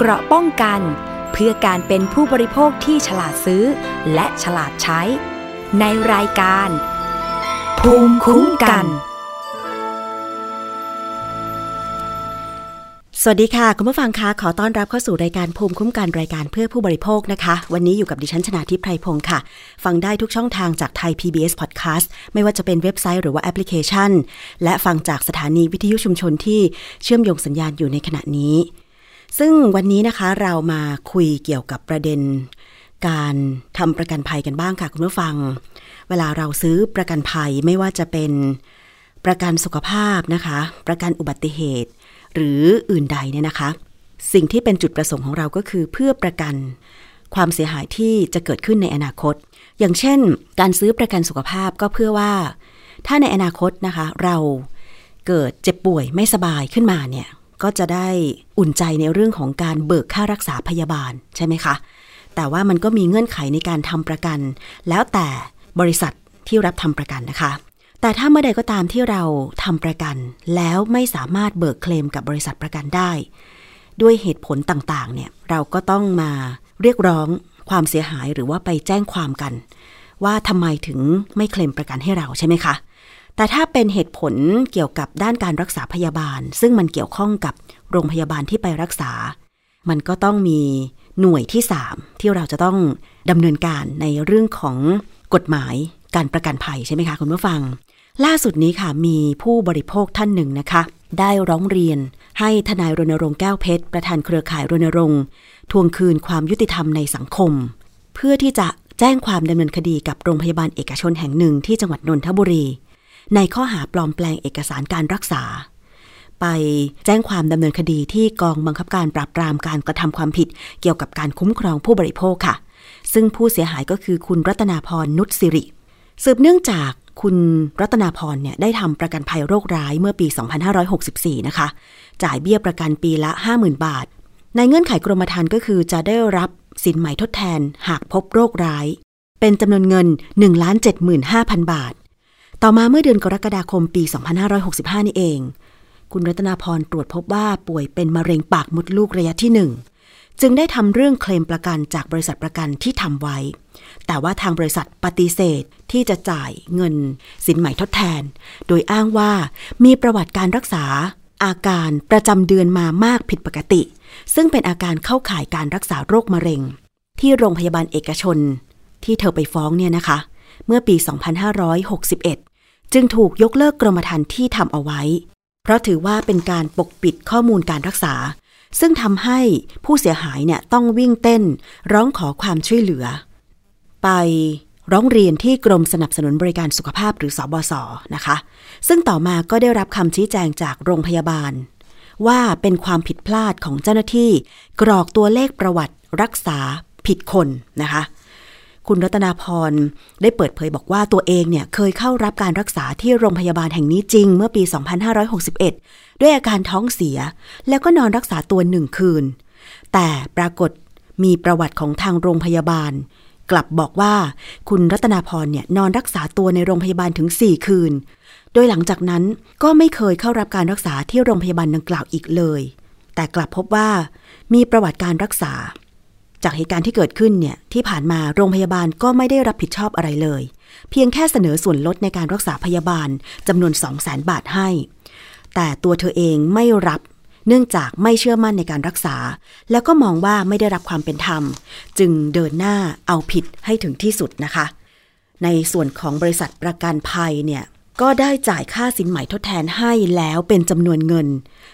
เกราะป้องกันเพื่อการเป็นผู้บริโภคที่ฉลาดซื้อและฉลาดใช้ในรายการภูมิคุ้มกันสวัสดีค่ะคุณผู้ฟังคะขอต้อนรับเข้าสู่รายการภูมิคุ้มกันรายการเพื่อผู้บริโภคนะคะวันนี้อยู่กับดิฉันชนาธิป ไพรพงศ์ค่ะฟังได้ทุกช่องทางจากไทย PBS Podcast ไม่ว่าจะเป็นเว็บไซต์หรือว่าแอปพลิเคชันและฟังจากสถานีวิทยุชุมชนที่เชื่อมโยงสัญญาณอยู่ในขณะนี้ซึ่งวันนี้นะคะเรามาคุยเกี่ยวกับประเด็นการทำประกันภัยกันบ้างค่ะคุณผู้ฟังเวลาเราซื้อประกันภัยไม่ว่าจะเป็นประกันสุขภาพนะคะประกันอุบัติเหตุหรืออื่นใดเนี่ยนะคะสิ่งที่เป็นจุดประสงค์ของเราก็คือเพื่อประกันความเสียหายที่จะเกิดขึ้นในอนาคตอย่างเช่นการซื้อประกันสุขภาพก็เพื่อว่าถ้าในอนาคตนะคะเราเกิดเจ็บป่วยไม่สบายขึ้นมาเนี่ยก็จะได้อุ่นใจในเรื่องของการเบิกค่ารักษาพยาบาลใช่ไหมคะแต่ว่ามันก็มีเงื่อนไขในการทำประกันแล้วแต่บริษัทที่รับทำประกันนะคะแต่ถ้าเมื่อใดก็ตามที่เราทำประกันแล้วไม่สามารถเบิกเคลมกับบริษัทประกันได้ด้วยเหตุผลต่างๆเนี่ยเราก็ต้องมาเรียกร้องความเสียหายหรือว่าไปแจ้งความกันว่าทำไมถึงไม่เคลมประกันให้เราใช่ไหมคะแต่ถ้าเป็นเหตุผลเกี่ยวกับด้านการรักษาพยาบาลซึ่งมันเกี่ยวข้องกับโรงพยาบาลที่ไปรักษามันก็ต้องมีหน่วยที่3ที่เราจะต้องดำเนินการในเรื่องของกฎหมายการประกันภัยใช่ไหมคะคุณผู้ฟังล่าสุดนี้ค่ะมีผู้บริโภคท่านหนึ่งนะคะได้ร้องเรียนให้ทนายรณรงค์แก้วเพชรประธานเครือข่ายรณรงค์ทวงคืนความยุติธรรมในสังคมเพื่อที่จะแจ้งความดำเนินคดีกับโรงพยาบาลเอกชนแห่งหนึ่งที่จังหวัดนนทบุรีในข้อหาปลอมแปลงเอกสารการรักษาไปแจ้งความดำเนินคดีที่กองบังคับการปราบปรามการกระทำความผิดเกี่ยวกับการคุ้มครองผู้บริโภคค่ะซึ่งผู้เสียหายก็คือคุณรัตนาพรนุชสิริสืบเนื่องจากคุณรัตนาพรเนี่ยได้ทำประกันภัยโรคร้ายเมื่อปี 2564 นะคะจ่ายเบี้ยประกันปีละ 50,000 บาทในเงื่อนไขกรมธรรม์ก็คือจะได้รับสินไหมทดแทนหากพบโรคร้ายเป็นจำนวนเงิน 1,75,000 บาทต่อมาเมื่อเดือนกรกฎาคมปี 2565 นี่เองคุณรัตนาพรตรวจพบว่าป่วยเป็นมะเร็งปากมดลูกระยะที่ 1จึงได้ทำเรื่องเคลมประกันจากบริษัทประกันที่ทำไว้แต่ว่าทางบริษัทปฏิเสธที่จะจ่ายเงินสินไหมทดแทนโดยอ้างว่ามีประวัติการรักษาอาการประจำเดือนมามากผิดปกติซึ่งเป็นอาการเข้าข่ายการรักษาโรคมะเร็งที่โรงพยาบาลเอกชนที่เธอไปฟ้องเนี่ยนะคะเมื่อปี 2561จึงถูกยกเลิกกรมธรรม์ที่ทำเอาไว้เพราะถือว่าเป็นการปกปิดข้อมูลการรักษาซึ่งทำให้ผู้เสียหายเนี่ยต้องวิ่งเต้นร้องขอความช่วยเหลือไปร้องเรียนที่กรมสนับสนุนบริการสุขภาพหรือสบส.นะคะซึ่งต่อมาก็ได้รับคำชี้แจงจากโรงพยาบาลว่าเป็นความผิดพลาดของเจ้าหน้าที่กรอกตัวเลขประวัติรักษาผิดคนนะคะคุณรัตนาพรได้เปิดเผยบอกว่าตัวเองเนี่ยเคยเข้ารับการรักษาที่โรงพยาบาลแห่งนี้จริงเมื่อปี 2561 ด้วยอาการท้องเสียแล้วก็นอนรักษาตัว1 คืนแต่ปรากฏมีประวัติของทางโรงพยาบาลกลับบอกว่าคุณรัตนาพรเนี่ยนอนรักษาตัวในโรงพยาบาลถึง4 คืนโดยหลังจากนั้นก็ไม่เคยเข้ารับการรักษาที่โรงพยาบาลดังกล่าวอีกเลยแต่กลับพบว่ามีประวัติการรักษาจากเหตุการณ์ที่เกิดขึ้นเนี่ยที่ผ่านมาโรงพยาบาลก็ไม่ได้รับผิดชอบอะไรเลยเพียงแค่เสนอส่วนลดในการรักษาพยาบาลจำนวน 200,000 บาทให้แต่ตัวเธอเองไม่รับเนื่องจากไม่เชื่อมั่นในการรักษาแล้วก็มองว่าไม่ได้รับความเป็นธรรมจึงเดินหน้าเอาผิดให้ถึงที่สุดนะคะในส่วนของบริษัทประกันภัยเนี่ยก็ได้จ่ายค่าสินไหมทดแทนให้แล้วเป็นจำนวนเงิน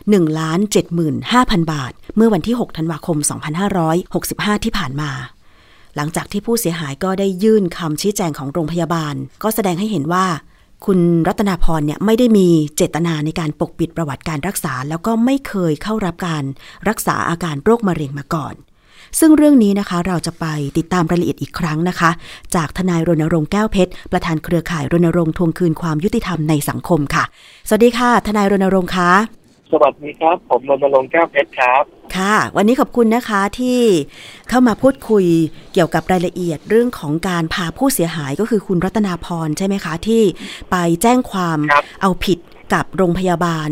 1,75,000 บาทเมื่อวันที่ 6 ธันวาคม 2565 ที่ผ่านมาหลังจากที่ผู้เสียหายก็ได้ยื่นคำชี้แจงของโรงพยาบาลก็แสดงให้เห็นว่าคุณรัตนาพรเนี่ยไม่ได้มีเจตนาในการปกปิดประวัติการรักษาแล้วก็ไม่เคยเข้ารับการรักษาอาการโรคมะเร็งมาก่อนซึ่งเรื่องนี้นะคะเราจะไปติดตามรายละเอียดอีกครั้งนะคะจากทนายรณรงค์แก้วเพชรประธานเครือข่ายรณรงค์ทวงคืนความยุติธรรมในสังคมค่ะสวัสดีค่ะทนายรณรงค์คะสวัสดีครับผมรณรงค์แก้วเพชรครับค่ะวันนี้ขอบคุณนะคะที่เข้ามาพูดคุยเกี่ยวกับรายละเอียดเรื่องของการพาผู้เสียหายก็คือคุณรัตนาพรใช่ไหมคะที่ไปแจ้งความเอาผิดกับโรงพยาบาล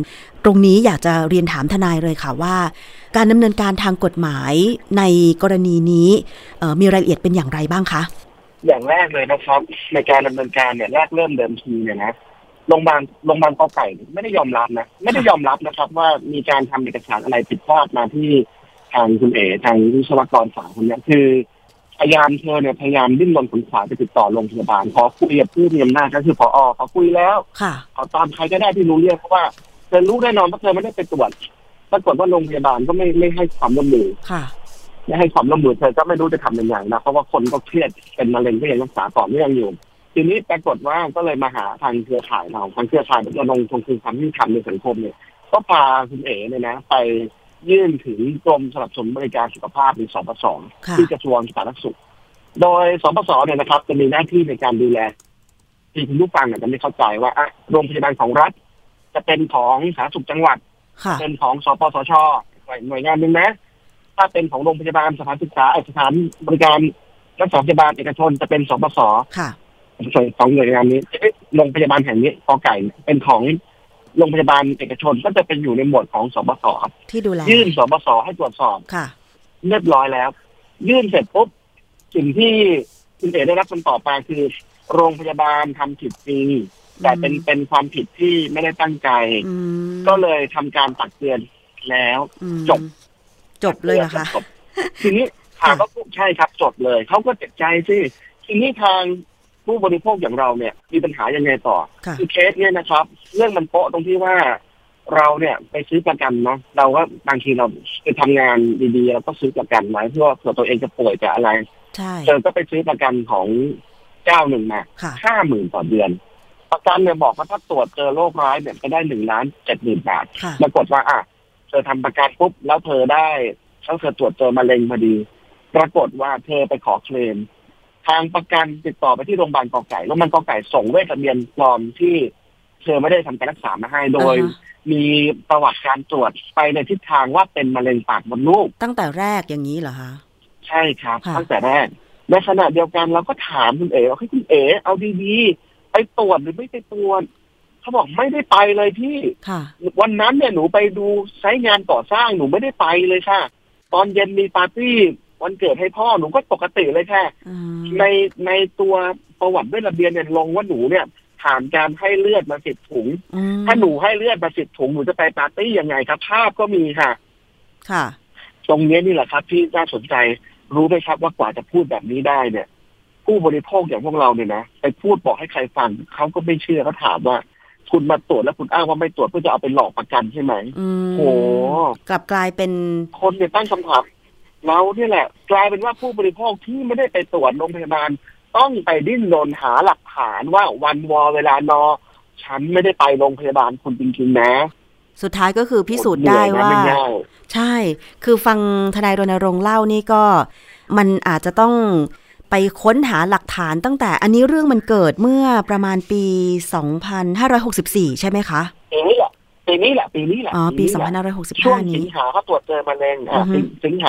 ตรงนี้อยากจะเรียนถามทนายเลยค่ะว่าการดำเนินการทางกฎหมายในกรณีนี้มีรายละเอียดเป็นอย่างไรบ้างคะอย่างแรกเลยนะครับในการดำเนินการเนี่ยแรกเริ่มเดิมทีเนี่ยนะโรงพยาบาลกอไก่ไม่ได้ยอมรับนะครับว่ามีการทำเอกสารอะไรผิดพลาดมาที่ทางคุณเอ๋ทางวิศวกรสาวคนนี้คือพยายามดิ้นรนขนขวายไปติดต่อโรงพยาบาลขอคุยกับผู้มีอำนาจก็คือผอ.ขอคุยแล้วขอตามใครก็ได้ที่รู้เรื่องเพราะว่าเธอรู้แน่นอนว่าเธอไม่ได้ไปตรวจปรากฏว่าโรงพยาบาลก็ไม่ให้ความร่วมมือไม่ให้ความร่วมมือเธอก็ไม่รู้จะทำยังไงนะเพราะว่าคนก็เครียดเป็นมะเร็งก็ยังรักษาต่อเนื่องอยู่ทีนี้ปรากฏว่าก็เลยมาหาทางเครือข่ายเราทางเครือข่ายระดมทวงคืนความยุติธรรมในสังคมเนี่ยก็พาคุณเอ๋เนี่ยนะไปยื่นถึงกรมสนับสนุนบริการสุขภาพหรือสปส.ที่กระทรวงสาธารณสุขโดยสปส.เนี่ยนะครับจะมีหน้าที่ในการดูแลที่คุณผู้ฟังจะไม่เข้าใจว่าโรงพยาบาลของรัฐจะเป็นของสาธารณสุขจังหวัดเป็นของสปสช.หน่วยงานหนึ่งนะถ้าเป็นของโรงพยาบาลสถานศึกษาสถานบริการรักษาพยาบาลเอกชนจะเป็นสปส.ส่วนของหน่วยงานนี้โรงพยาบาลแห่งนี้กอไก่เป็นของโรงพยาบาลเอกชนก็จะเป็นอยู่ในหมวดของสปส. ที่ดูแลยื่นสปส.ให้ตรวจสอบเรียบร้อยแล้วยื่นเสร็จปุ๊บสิ่งที่คุณเอ๋ได้รับคำตอบมาคือโรงพยาบาลทำผิดจริงแต่เป็นความผิดที่ไม่ได้ตั้งใจก็เลยทำการตักเตือนแล้วจบเลยนะคะทีนี้ทางก็ใช่ครับจบเลยเขาก็เจ็บใจสิทีนี้ทางผู้บริโภคอย่างเราเนี่ยมีปัญหายังไงต่อคือเคสเนี่ยนะครับเรื่องมันโป๊ะตรงที่ว่าเราเนี่ยไปซื้อประกันเนาะเราก็บางทีเราไปทำงานดีๆเราก็ซื้อประกันไว้เพื่อตัวเองจะป่วยจะอะไรเจอก็ไปซื้อประกันของเจ้าหนึ่งมา50,000ต่อเดือนประกันเนี่ยบอกว่าถ้าตรวจเจอโรคร้ายเนี่ยจะได้1,700,000 บาทปรากฏว่าเธอทำประกันปุ๊บแล้วเธอตรวจเจอมะเร็งพอดีปรากฏว่าเธอไปขอเคลมทางประกันติดต่อไปที่โรงพยาบาลกอไก่โรงพยาบาลกอไก่ส่งเวชทะเบียนปลอมที่เธอไม่ได้ทำการรักษามาให้โดยมีประวัติการตรวจไปในทิศทางว่าเป็นมะเร็งปากมดลูกตั้งแต่แรกอย่างนี้เหรอคะใช่ครับตั้งแต่แรกในขณะเดียวกันเราก็ถามคุณเอ๋ว่าคุณเอ๋เอาดีๆไปตรวจหรือไม่ไปตรวจเขาบอกไม่ได้ไปเลยพี่วันนั้นเนี่ยหนูไปดูไซต์งานก่อสร้างหนูไม่ได้ไปเลยค่ะตอนเย็นมีปาร์ตี้วันเกิดให้พ่อหนูก็ปกติเลยค่ะในตัวประวัติด้วยระเบียนเนี่ยลงว่าหนูเนี่ยผ่านการให้เลือดมา10 ถุงถ้าหนูให้เลือดมา10 ถุงหนูจะไปปาร์ตี้ยังไงครับภาพก็มีค่ะตรงนี้นี่แหละครับที่น่าสนใจรู้ไหมครับว่ากว่าจะพูดแบบนี้ได้เนี่ยผู้บริโภคอย่างพวกเราเนี่ยนะไปพูดบอกให้ใครฟังเขาก็ไม่เชื่อเขาถามว่าคุณมาตรวจแล้วคุณอ้างว่าไม่ตรวจเพื่อจะเอาไปหลอกประกันใช่ไหมโหกลับกลายเป็นคนเนี่ยตั้งคำถามเราเนี่ยแหละกลายเป็นว่าผู้บริโภคที่ไม่ได้ไปตรวจโรงพยาบาลต้องไปดิ้นรนหาหลักฐานว่าวันวอเวลานอฉันไม่ได้ไปโรงพยาบาลคุณจริงๆนะสุดท้ายก็คือพิสูจน์ได้ว่าใช่คือฟังทนายรณรงค์เล่านี่ก็มันอาจจะต้องไปค้นหาหลักฐานตั้งแต่อันนี้เรื่องมันเกิดเมื่อประมาณปี2564ใช่ไหมคะปีนี้แหละอ๋อปี2565 ช่วงสิงหาเขาตรวจเจอมะเร็งสิงหา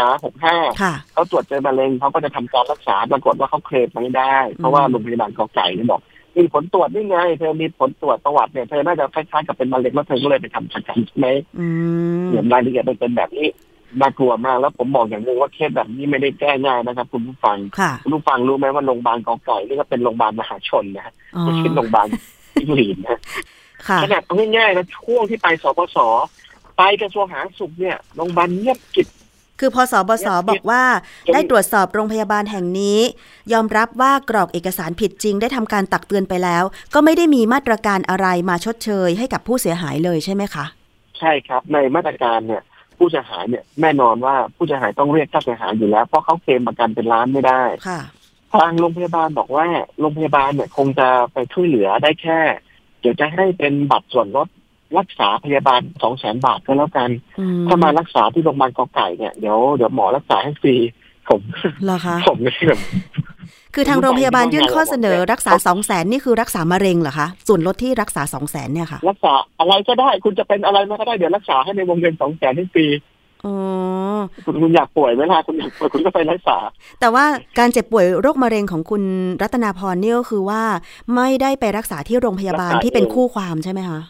65เขาตรวจเจอมะเร็งเขาก็จะทำการรักษาปรากฏว่าเขาเคลมไม่ได้เพราะว่าโรงพยาบาลกอไก่เนี่ยบอกมีผลตรวจนี่ไงเธอมีผลตรวจประวัติเนี่ยเธอน่าจะคล้ายๆกับเป็นมะเร็งแล้วเธอก็เลยไปทำประกันใช่ไหมเหมือนรายละเอียดเป็นแบบนี้น่ากลัวมากแล้วผมบอกอย่างนึงว่าเคสแบบนี้ไม่ได้แก้ง่ายนะครับคุณผู้ฟังรู้ไหมว่าโรงพยาบาลกอไก่นี่ก็เป็นโรงพยาบาลมหาชนนะไม่ใช่โรงพยาบาลจิ้งหรีดนะขนาดเอาง่ายๆนะช่วงที่ไปสปส.ไปกระทรวงสาธารณสุขเนี่ยโรงพยาบาลเงียบกิบคือพอสบส.บอกว่าได้ตรวจสอบโรงพยาบาลแห่งนี้ยอมรับว่ากรอกเอกสารผิดจริงได้ทำการตักเตือนไปแล้วก็ไม่ได้มีมาตรการอะไรมาชดเชยให้กับผู้เสียหายเลยใช่ไหมคะใช่ครับในมาตรการเนี่ยผู้เสียหายเนี่ยแน่นอนว่าผู้เสียหายต้องเรียกค่าเสียหายอยู่แล้วเพราะเขาเคลมประกันเป็นล้านไม่ได้ทางโรงพยาบาลบอกว่าโรงพยาบาลเนี่ยคงจะไปช่วยเหลือได้แค่เดี๋ยวจะให้เป็นบัตรส่วนลดรักษาพยาบาล 200,000 บาทก็แล้วกันถ้ามารักษาที่โรงพยาบาลกอไก่เนี่ยเดี๋ยวหมอรักษาให้ฟรีผมเหรอคะผมไม่แบบคือทางโรงพยาบาลยื่นข้อเสนอรักษา 200,000 นี่คือรักษามะเร็งเหรอคะส่วนลดที่รักษา 200,000 เนี่ยค่ะรักษาอะไรก็ได้คุณจะเป็นอะไรมาก็ได้เดี๋ยวรักษาให้ในวงเงิน 200,000 ให้ฟรีคุณอยากป่วยไหมล่ะคุณอยากป่วยคุณก็ไปรักษาแต่ว่าการเจ็บป่วยโรคมะเร็งของคุณรัตนาพรนี่ก็คือว่าไม่ได้ไปรักษาที่โรงพยาบาลที่เป็นคู่ความใช่ไหมคะ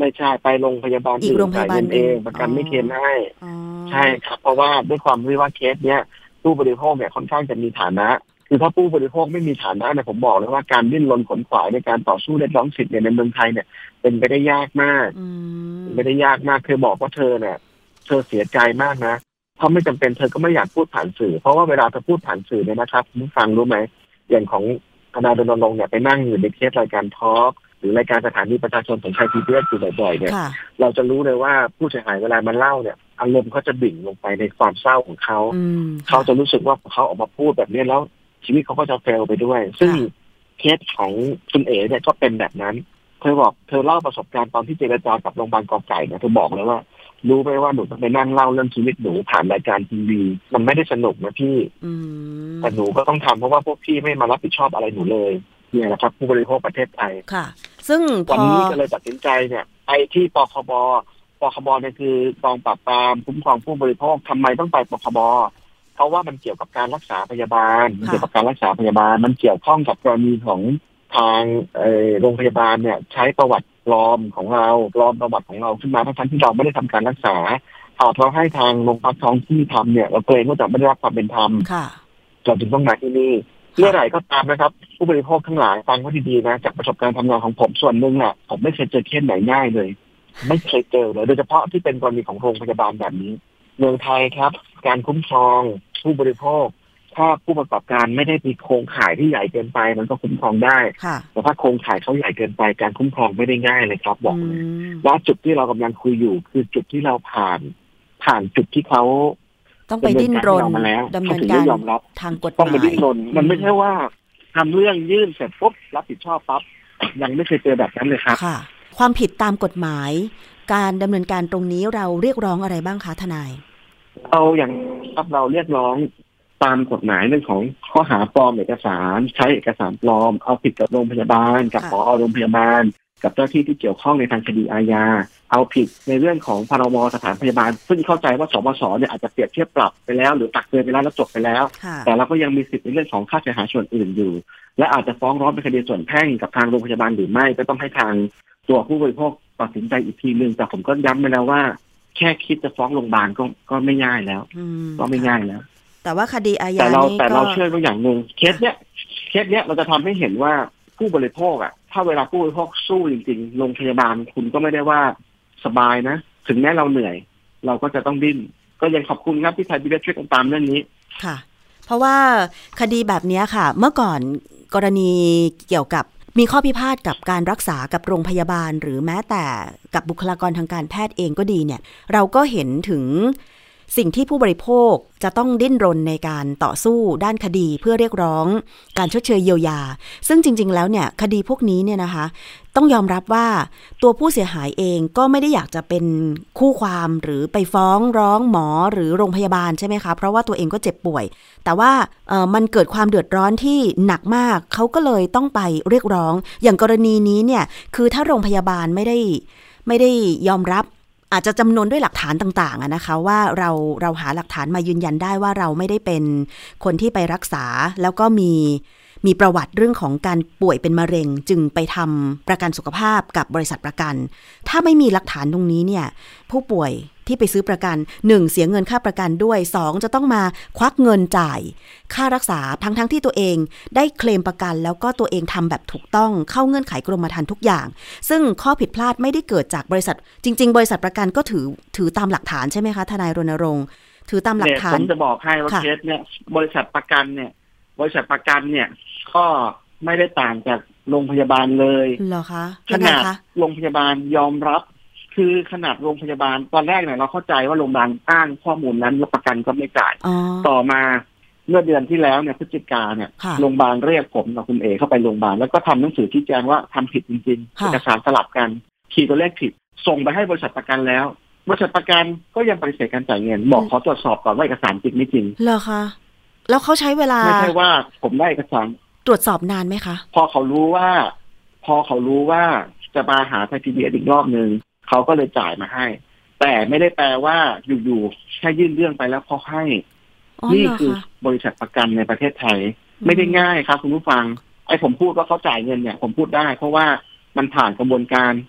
ไม่ใช่ไปโรงพยาบาลอีกโรงพยาบาลเองประกันไม่เคลมให้ใช่ครับเพราะว่าด้วยความที่ว่าเคสเนี้ยผู้บริโภคเนี่ยค่อนข้างจะมีฐานะคือถ้าผู้บริโภคไม่มีฐานะเนี่ยผมบอกเลยว่าการดิ้นรนขนขวายในการต่อสู้เรียกร้องสิทธิ์ในเมืองไทยเนี่ยเป็นไปได้ยากมากไม่ได้ยากมากคือบอกว่าเธอเนี่ยเธอเสียใจมากนะเพราะไม่จำเป็นเธอก็ไม่อยากพูดผ่านสื่อเพราะว่าเวลาเธอพูดผ่านสื่อเนี่ยนะครับคุณฟังรู้ไหมอย่างของทนายรณรงค์เนี่ยไปนั่งอยู่ในเคสรายการทอล์กหรือรายการสถานีประชาชนของไทย PBS อยู่บ่อยๆเนี่ยเราจะรู้เลยว่าผู้เสียหายเวลามันเล่าเนี่ยอารมณ์เขาจะบิ่งลงไปในความเศร้าของเขาเขาจะรู้สึกว่าเขาออกมาพูดแบบนี้แล้วชีวิตเขาก็จะเฟลไปด้วยซึ่งเคสของคุณเอ๋เนี่ยก็เป็นแบบนั้นเธอบอกเธอเล่าประสบการณ์ตอนที่เจรจากับโรงพยาบาลกอไก่เนี่ยเธอบอกเลยว่ารู้ไหมว่าหนูต้องไปนั่งเล่าเรื่องชีวิตหนูผ่านรายการทีวีมันไม่ได้สนุกนะพี่แต่หนูก็ต้องทำเพราะว่าพวกพี่ไม่มารับผิดชอบอะไรหนูเลยเนี่ยนะครับผู้บริโภคประเทศไทยค่ะซึ่งวันนี้ก็เลยตัดสินใจเนี่ยไปที่ปคบเนี่ยคือกองปราบปรามคุ้มครองผู้บริโภคทำไมต้องไปปคบเพราะว่ามันเกี่ยวกับการรักษาพยาบาลมันเกี่ยวกับการรักษาพยาบาลมันเกี่ยวข้องกับกรณีของทางโรงพยาบาลเนี่ยใช้ประวัติปลอมของเราปลอมประวัติของเราขึ้นมาทั้งที่เราไม่ได้ทำการรักษาเราให้ทางโรงพยาบาลท้องที่ทำเนี่ยเราเกรงว่าจะไม่ได้รับความเป็นธรรมเราจึงต้องมาที่นี่เมื่อไหร่ก็ตามนะครับผู้บริโภคทั้งหลายฟังว่าดีๆนะจากประสบการณ์ทำงานของผมส่วนหนึ่งอ่ะผมไม่เคยเจอเคสไหนง่ายเลยไม่เคยเจอเลยโดยเฉพาะที่เป็นกรณีของโรงพยาบาลแบบนี้เมืองไทยครับการคุ้มครองผู้บริโภคถ้าผู้ประกอบการไม่ได้มีโครงข่ายที่ใหญ่เกินไปมันก็คุ้มครองได้แต่ถ้าโครงข่ายเขาใหญ่เกินไปการคุ้มครองไม่ได้ง่ายเลยครับบอกเลยว่าจุดที่เรากำลังคุยอยู่คือจุดที่เราผ่านจุดที่เขาต้องไปดิ้นรนดำเนินการทางกฎหมายต้องไปดิ้นรนมันไม่ใช่ว่าทำเรื่องยื่นเสร็จปุ๊บรับผิดชอบปั๊บยังไม่เคยเจอแบบนั้นเลยครับค่ะความผิดตามกฎหมายการดำเนินการตรงนี้เราเรียกร้องอะไรบ้างคะทนายเอาอย่างครับเราเรียกร้องตามกฎหมายเรื่องของข้อหาปลอมเอกสารใช้เอกสารปลอมเอาผิดกับโรงพยาบาลกับผอ.โรงพยาบาลกับเจ้าที่ที่เกี่ยวข้องในทางคดีอาญาเอาผิดในเรื่องของพรบสถานพยาบาลซึ่งเข้าใจว่าสบสเนี่ยอาจจะเปรียบเทียบปรับไปแล้วหรือตักเตือนไปแล้วจบไปแล้วแต่เราก็ยังมีสิทธิ์ในเรื่องของค่าเสียหายส่วนอื่นอยู่และอาจจะฟ้องร้องเป็นคดีส่วนแพ่งกับทางโรงพยาบาลหรือไม่ก็ต้องให้ทางตัวผู้บริโภคตัดสินใจอีกทีนึงแต่ผมก็ย้ำไปแล้วว่าแค่คิดจะฟ้องโรงพยาบาลก็ไม่ง่ายแล้วก็ไม่ง่ายแล้วแต่ว่าคดีอาญาแต่เราเชื่อว่าอย่างนึงเคสเนี้ยเราจะทำให้เห็นว่าผู้บริโภคถ้าเวลาผู้บริโภคสู้จริงๆโรงพยาบาลคุณก็ไม่ได้ว่าสบายนะถึงแม้เราเหนื่อยเราก็จะต้องดิ้นก็ยังขอบคุณครับที่ไทย PBS ช่วยกันตามเรื่องนี้ค่ะเพราะว่าคดีแบบนี้ค่ะเมื่อก่อนกรณีเกี่ยวกับมีข้อพิพาทกับการรักษากับโรงพยาบาลหรือแม้แต่กับบุคลากรทางการแพทย์เองก็ดีเนี่ยเราก็เห็นถึงสิ่งที่ผู้บริโภคจะต้องดิ้นรนในการต่อสู้ด้านคดีเพื่อเรียกร้องการชดเชยเยียวยาซึ่งจริงๆแล้วเนี่ยคดีพวกนี้เนี่ยนะคะต้องยอมรับว่าตัวผู้เสียหายเองก็ไม่ได้อยากจะเป็นคู่ความหรือไปฟ้องร้องหมอหรือโรงพยาบาลใช่ไหมคะเพราะว่าตัวเองก็เจ็บป่วยแต่ว่ามันเกิดความเดือดร้อนที่หนักมากเขาก็เลยต้องไปเรียกร้องอย่างกรณีนี้เนี่ยคือถ้าโรงพยาบาลไม่ได้ยอมรับอาจจะจำนวนด้วยหลักฐานต่างๆนะคะว่าเราหาหลักฐานมายืนยันได้ว่าเราไม่ได้เป็นคนที่ไปรักษาแล้วก็มีประวัติเรื่องของการป่วยเป็นมะเร็งจึงไปทำประกันสุขภาพกับบริษัทประกันถ้าไม่มีหลักฐานตรงนี้เนี่ยผู้ป่วยที่ไปซื้อประกัน1เสียเงินค่าประกันด้วย2จะต้องมาควักเงินจ่ายค่ารักษาทั้งที่ตัวเองได้เคลมประกันแล้วก็ตัวเองทำแบบถูกต้องเข้าเงื่อนไขกรมธรรม์ทุกอย่างซึ่งข้อผิดพลาดไม่ได้เกิดจากบริษัทจริงๆบริษัทประกันก็ถือตามหลักฐานใช่ไหมคะทนายรณรงค์ถือตามหลักฐานผมจะบอกให้ว่าเคสเนี่ยบริษัทประกันเนี่ยก็ไม่ได้ต่างจากโรงพยาบาลเลยเหรอคะขนาดโรงพยาบาลยอมรับคือขนาดโรงพยาบาลตอนแรกเนี่ยเราเข้าใจว่าโรงพยาบาลอ้างข้อมูลนั้นแล้วประกันก็ไม่จ่ายต่อมาเมื่อเดือนที่แล้วเนี่ยพฤศจิกาเนี่ยโรงพยาบาลเรียกผมกับคุณเอเข้าไปโรงพยาบาลแล้วก็ทำหนังสือชี้แจงว่าทำผิดจริงๆเอกสารสลับกันคีย์ตัวเลขผิดส่งไปให้บริษัทประกันแล้วบริษัทประกันก็ยังปฏิเสธการจ่ายเงินบอกขอตรวจสอบก่อนว่าเอกสารจริงไม่จริงเหรอคะแล้วเขาใช้เวลาไม่ใช่ว่าผมได้เอกสารตรวจสอบนานไหมคะพอเขารู้ว่าจะมาหาไทย PBS อีกรอบนึงเขาก็เลยจ่ายมาให้แต่ไม่ได้แปลว่าอยู่ๆแค่ยื่นเรื่องไปแล้วเขาให้นี่คือบริษัทประกันในประเทศไทยไม่ได้ง่ายครับคุณผู้ฟังไอ้ผมพูดว่าเขาจ่ายเงินเนี่ยผมพูดได้เพราะว่ามันผ่านกระบวนการ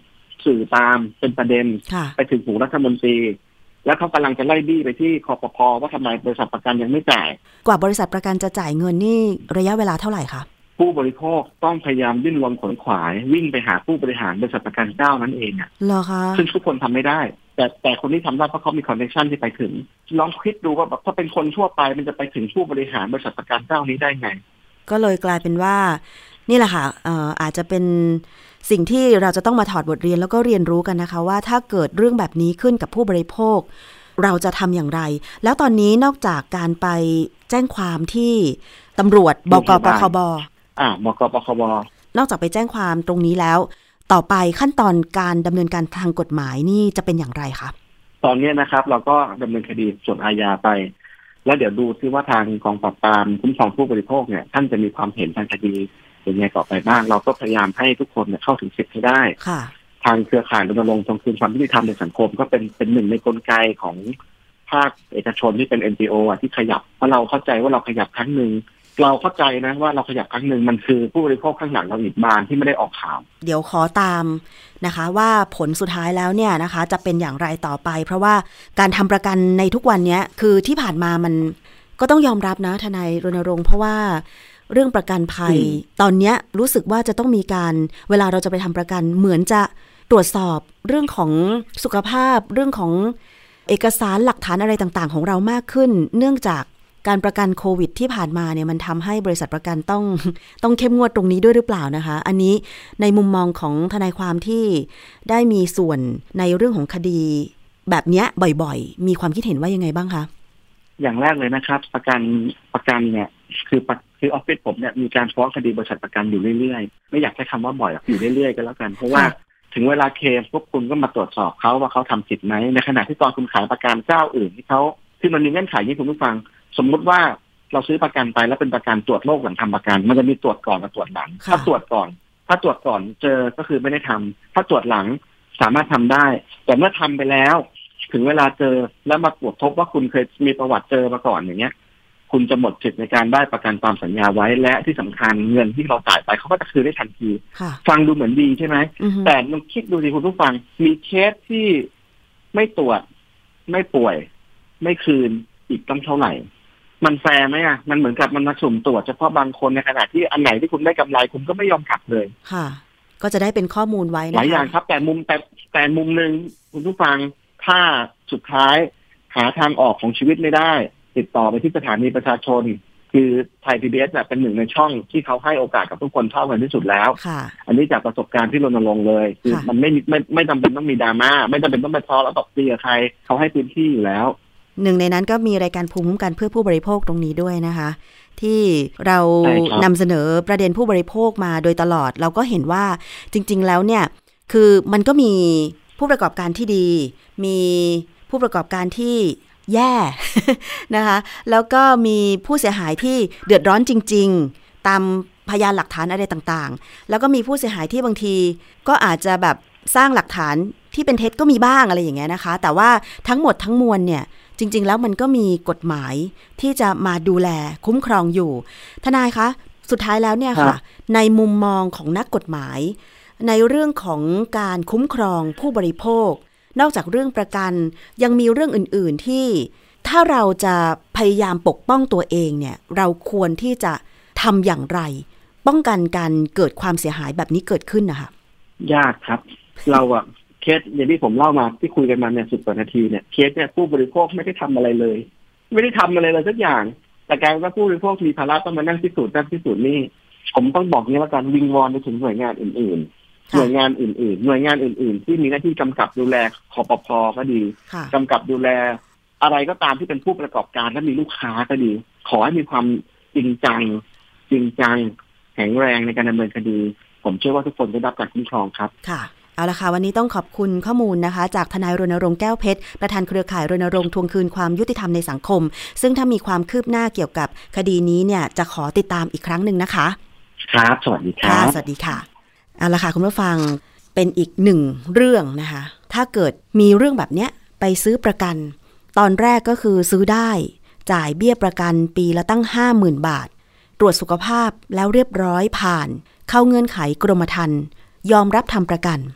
สื่อตามเป็นประเด็นไปถึงหูรัฐมนตรีแล้วเขากำลังจะไล่บี้ไปที่คปภ.ว่าทำไมบริษัทประกันยังไม่จ่ายกว่าบริษัทประกันจะจ่ายเงินนี่ระยะเวลาเท่าไหร่คะผู้บริโภคต้องพยายามดิ้นรนขนขวายวิ่งไปหาผู้บริหารบริษัทประกันเจ้านั้นเองเหรอคะซึ่งทุกคนทำไม่ได้แต่คนที่ทำได้เพราะเขามีคอนเนคชั่นที่ไปถึงลองคิดดูว่าแบบถ้าเป็นคนทั่วไปมันจะไปถึงผู้บริหารบริษัทประกันเจ้านี้ได้ไงก็เลยกลายเป็นว่านี่แหละค่ะอาจจะเป็นสิ่งที่เราจะต้องมาถอดบทเรียนแล้วก็เรียนรู้กันนะคะว่าถ้าเกิดเรื่องแบบนี้ขึ้นกับผู้บริโภคเราจะทำอย่างไรแล้วตอนนี้นอกจากการไปแจ้งความที่ตำรวจบกปคบ. บกปคบ. นอกจากไปแจ้งความตรงนี้แล้วต่อไปขั้นตอนการดำเนินการทางกฎหมายนี่จะเป็นอย่างไรคะตอนนี้นะครับเราก็ดำเนินคดีส่วนอาญาไปแล้วเดี๋ยวดูซิว่าทางกองปราบปรามคุ้มครองผู้บริโภคเนี่ยท่านจะมีความเห็นทางคดีเป็นไงต่อไปบ้างเราก็พยายามให้ทุกคนเข้าถึงสิทธิ์ให้ได้ทางเครือข่ายรณรงค์ทวงคืนความยุติธรรมในสังคมก็เป็นหนึ่งในกลไกของภาคเอกชนที่เป็น NGO ที่ขยับเพราะเราเข้าใจว่าเราขยับครั้งนึงเราเข้าใจนะว่าเราขยับครั้งนึงมันคือผู้บริโภคข้างหลังเราอีกบานที่ไม่ได้ออกข่าวเดี๋ยวขอตามนะคะว่าผลสุดท้ายแล้วเนี่ยนะคะจะเป็นอย่างไรต่อไปเพราะว่าการทำประกันในทุกวันนี้คือที่ผ่านมามันก็ต้องยอมรับนะทนายรณรงค์เพราะว่าเรื่องประกันภัยตอนนี้รู้สึกว่าจะต้องมีการเวลาเราจะไปทำประกันเหมือนจะตรวจสอบเรื่องของสุขภาพเรื่องของเอกสารหลักฐานอะไรต่างๆของเรามากขึ้นเนื่องจากการประกันโควิดที่ผ่านมาเนี่ยมันทำให้บริษัทประกันต้องเข้มงวดตรงนี้ด้วยหรือเปล่านะคะอันนี้ในมุมมองของทนายความที่ได้มีส่วนในเรื่องของคดีแบบนี้บ่อยๆมีความคิดเห็นว่ายังไงบ้างคะอย่างแรกเลยนะครับประกันเนี่ยคือออฟฟิศผมเนี่ยมีการฟ้องคดีบริษัทประกันอยู่เรื่อยๆไม่อยากใช้คำว่าบ่อยอยู่เรื่อยๆก็แล้วกันเพราะว่าถึงเวลาเคสพวกคุณก็มาตรวจสอบเขาว่าเขาทำผิดไหมในขณะที่ตอนคุณขายประกันเจ้าอื่นที่เขาที่มันมีเงื่อนไขที่คุณผู้ฟังสมมุติว่าเราซื้อประกันไปแล้วเป็นประกันตรวจโรคหลังทำประกันมันจะมีตรวจก่อนกับตรวจหลังถ้าตรวจก่อนเจอก็คือไม่ได้ทำถ้าตรวจหลังสามารถทำได้แต่เมื่อทำไปแล้วถึงเวลาเจอแล้วมาตรวจพบว่าคุณเคยมีประวัติเจอมาก่อนอย่างเงี้ยคุณจะหมดสิทธิ์ในการได้ประกันตามสัญญาไว้และที่สำคัญเงินที่เราจ่ายไปเขาก็จะคืนได้ทันทีฟังดูเหมือนดีใช่ไหมแต่ลองคิดดูสิคุณผู้ฟังมีเคสที่ไม่ตรวจไม่ป่วยไม่คืนอีกต้องเท่าไหร่มันแฟร์ไหมอ่ะมันเหมือนกับมันมาสุ่มตรวจเฉพาะบางคนในขณะที่อันไหนที่คุณได้กำไรคุณก็ไม่ยอมขับเลยค่ะก็จะได้เป็นข้อมูลไว้หลายอย่างครับแต่มุมนึงคุณผู้ฟังถ้าสุดท้ายหาทางออกของชีวิตไม่ได้ติดต่อไปที่สถานีประชาชนคือไทย PBS เป็นหนึ่งในช่องที่เขาให้โอกาสกับทุกคนเท่ากันที่สุดแล้วอันนี้จากประสบการณ์ที่รณรงค์เลยคือมันไม่จำเป็นต้องมีดราม่าไม่จำเป็นต้องไปท้อแล้วตบตีกับใครเขาให้พื้นที่อยู่แล้วหนึ่งในนั้นก็มีรายการภูมิคุ้มกันเพื่อผู้บริโภคตรงนี้ด้วยนะคะที่เรานำเสนอประเด็นผู้บริโภคมาโดยตลอดเราก็เห็นว่าจริงๆแล้วเนี่ยคือมันก็มีผู้ประกอบการที่ดีมีผู้ประกอบการที่แย่นะคะแล้วก็มีผู้เสียหายที่เดือดร้อนจริงๆตามพยานหลักฐานอะไรต่างๆแล้วก็มีผู้เสียหายที่บางทีก็อาจจะแบบสร้างหลักฐานที่เป็นเท็จก็มีบ้างอะไรอย่างเงี้ยนะคะแต่ว่าทั้งหมดทั้งมวลเนี่ยจริงๆแล้วมันก็มีกฎหมายที่จะมาดูแลคุ้มครองอยู่ทนายคะสุดท้ายแล้วเนี่ยค่ะในมุมมองของนักกฎหมายในเรื่องของการคุ้มครองผู้บริโภคนอกจากเรื่องประกันยังมีเรื่องอื่นๆที่ถ้าเราจะพยายามปกป้องตัวเองเนี่ยเราควรที่จะทำอย่างไรป้องกันการเกิดความเสียหายแบบนี้เกิดขึ้นนะคะยากครับเราอะเคสอย่างที่ผมเล่ามาที่คุยกันมาเนี่ย10 กว่านาทีเนี่ยเคสเนี่ยผู้บริโภคไม่ได้ทำอะไรเลยไม่ได้ทำอะไรเลยสักอย่างแต่กลายเป็นว่าผู้บริโภคมีภาระต้องมานั่งพิสูจน์นี่ผมต้องบอกนี้ว่าการวิงวอนไปถึงหน่วยงานอื่นๆหน่วยงานอื่นๆที่มีหน้าที่กำกับดูแลคปภ.ก็ดีกำกับดูแลอะไรก็ตามที่เป็นผู้ประกอบการและมีลูกค้าก็ดีขอให้มีความจริงจังแข็งแรงในการดำเนินคดีผมเชื่อว่าทุกคนได้รับการคุ้มครองครับค่ะเอาละค่ะวันนี้ต้องขอบคุณข้อมูลนะคะจากทนายรณรงค์แก้วเพชรประธานเครือข่ายรณรงค์ทวงคืนความยุติธรรมในสังคมซึ่งถ้ามีความคืบหน้าเกี่ยวกับคดีนี้เนี่ยจะขอติดตามอีกครั้งหนึ่งนะคะครับสวัสดีครับสวัสดีค่ะเอาละค่ะคุณผู้ฟังเป็นอีกหนึ่งเรื่องนะคะถ้าเกิดมีเรื่องแบบเนี้ยไปซื้อประกันตอนแรกก็คือซื้อได้จ่ายเบี้ยประกันปีละตั้ง 50,000 บาทตรวจสุขภาพแล้วเรียบร้อยผ่านเข้าเงื่อนไขกรมธรรม์ยอมรับทำประกัน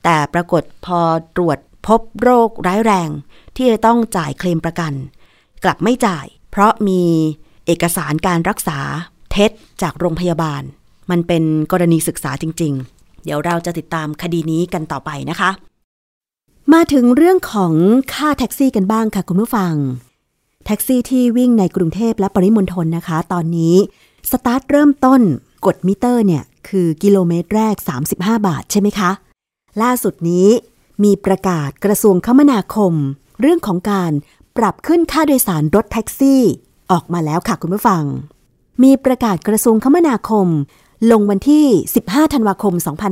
แต่ปรากฏพอตรวจพบโรคร้ายแรงที่จะต้องจ่ายเคลมประกันกลับไม่จ่ายเพราะมีเอกสารการรักษาเท็จจากโรงพยาบาลมันเป็นกรณีศึกษาจริงๆเดี๋ยวเราจะติดตามคดีนี้กันต่อไปนะคะมาถึงเรื่องของค่าแท็กซี่กันบ้างค่ะคุณผู้ฟังแท็กซี่ที่วิ่งในกรุงเทพและปริมณฑลนะคะตอนนี้สตาร์ทเริ่มต้นกดมิเตอร์เนี่ยคือกิโลเมตรแรก35 บาทใช่ไหมคะล่าสุดนี้มีประกาศกระทรวงคมนาคมเรื่องของการปรับขึ้นค่าโดยสารรถแท็กซี่ออกมาแล้วค่ะคุณผู้ฟังมีประกาศกระทรวงคมนาคมลงวันที่15ธันวาคม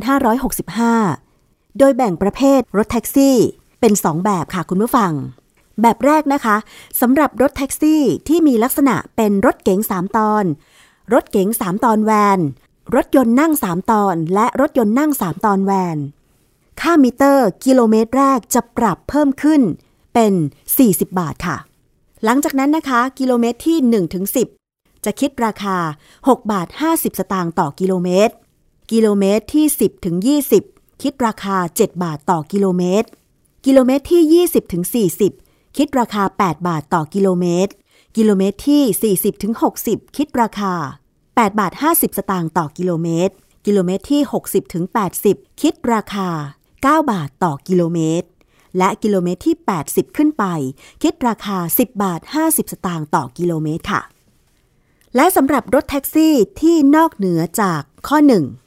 2565โดยแบ่งประเภทรถแท็กซี่เป็น2แบบค่ะคุณผู้ฟังแบบแรกนะคะสำหรับรถแท็กซี่ที่มีลักษณะเป็นรถเก๋ง3ตอนรถเก๋ง3ตอนแวนรถยนต์นั่ง3ตอนและรถยนต์นั่ง3ตอนแวนค่ามิเตอร์กิโลเมตรแรกจะปรับเพิ่มขึ้นเป็น40 บาทค่ะหลังจากนั้นนะคะกิโลเมตรที่1ถึง10จะคิดราคา6บาท50สตางค์ต่อกิโลเมตรกิโลเมตรที่10ถึง20คิดราคา7บาทต่อกิโลเมตรกิโลเมตรที่20ถึง40คิดราคา8บาทต่อกิโลเมตรกิโลเมตรที่40ถึง60คิดราคา8บาท50สตางค์ต่อกิโลเมตรกิโลเมตรที่60ถึง80คิดราคา9บาทต่อกิโลเมตรและกิโลเมตรที่80ขึ้นไปคิดราคา10บาท50สตางค์ต่อกิโลเมตรค่ะและสำหรับรถแท็กซี่ที่นอกเหนือจากข้อ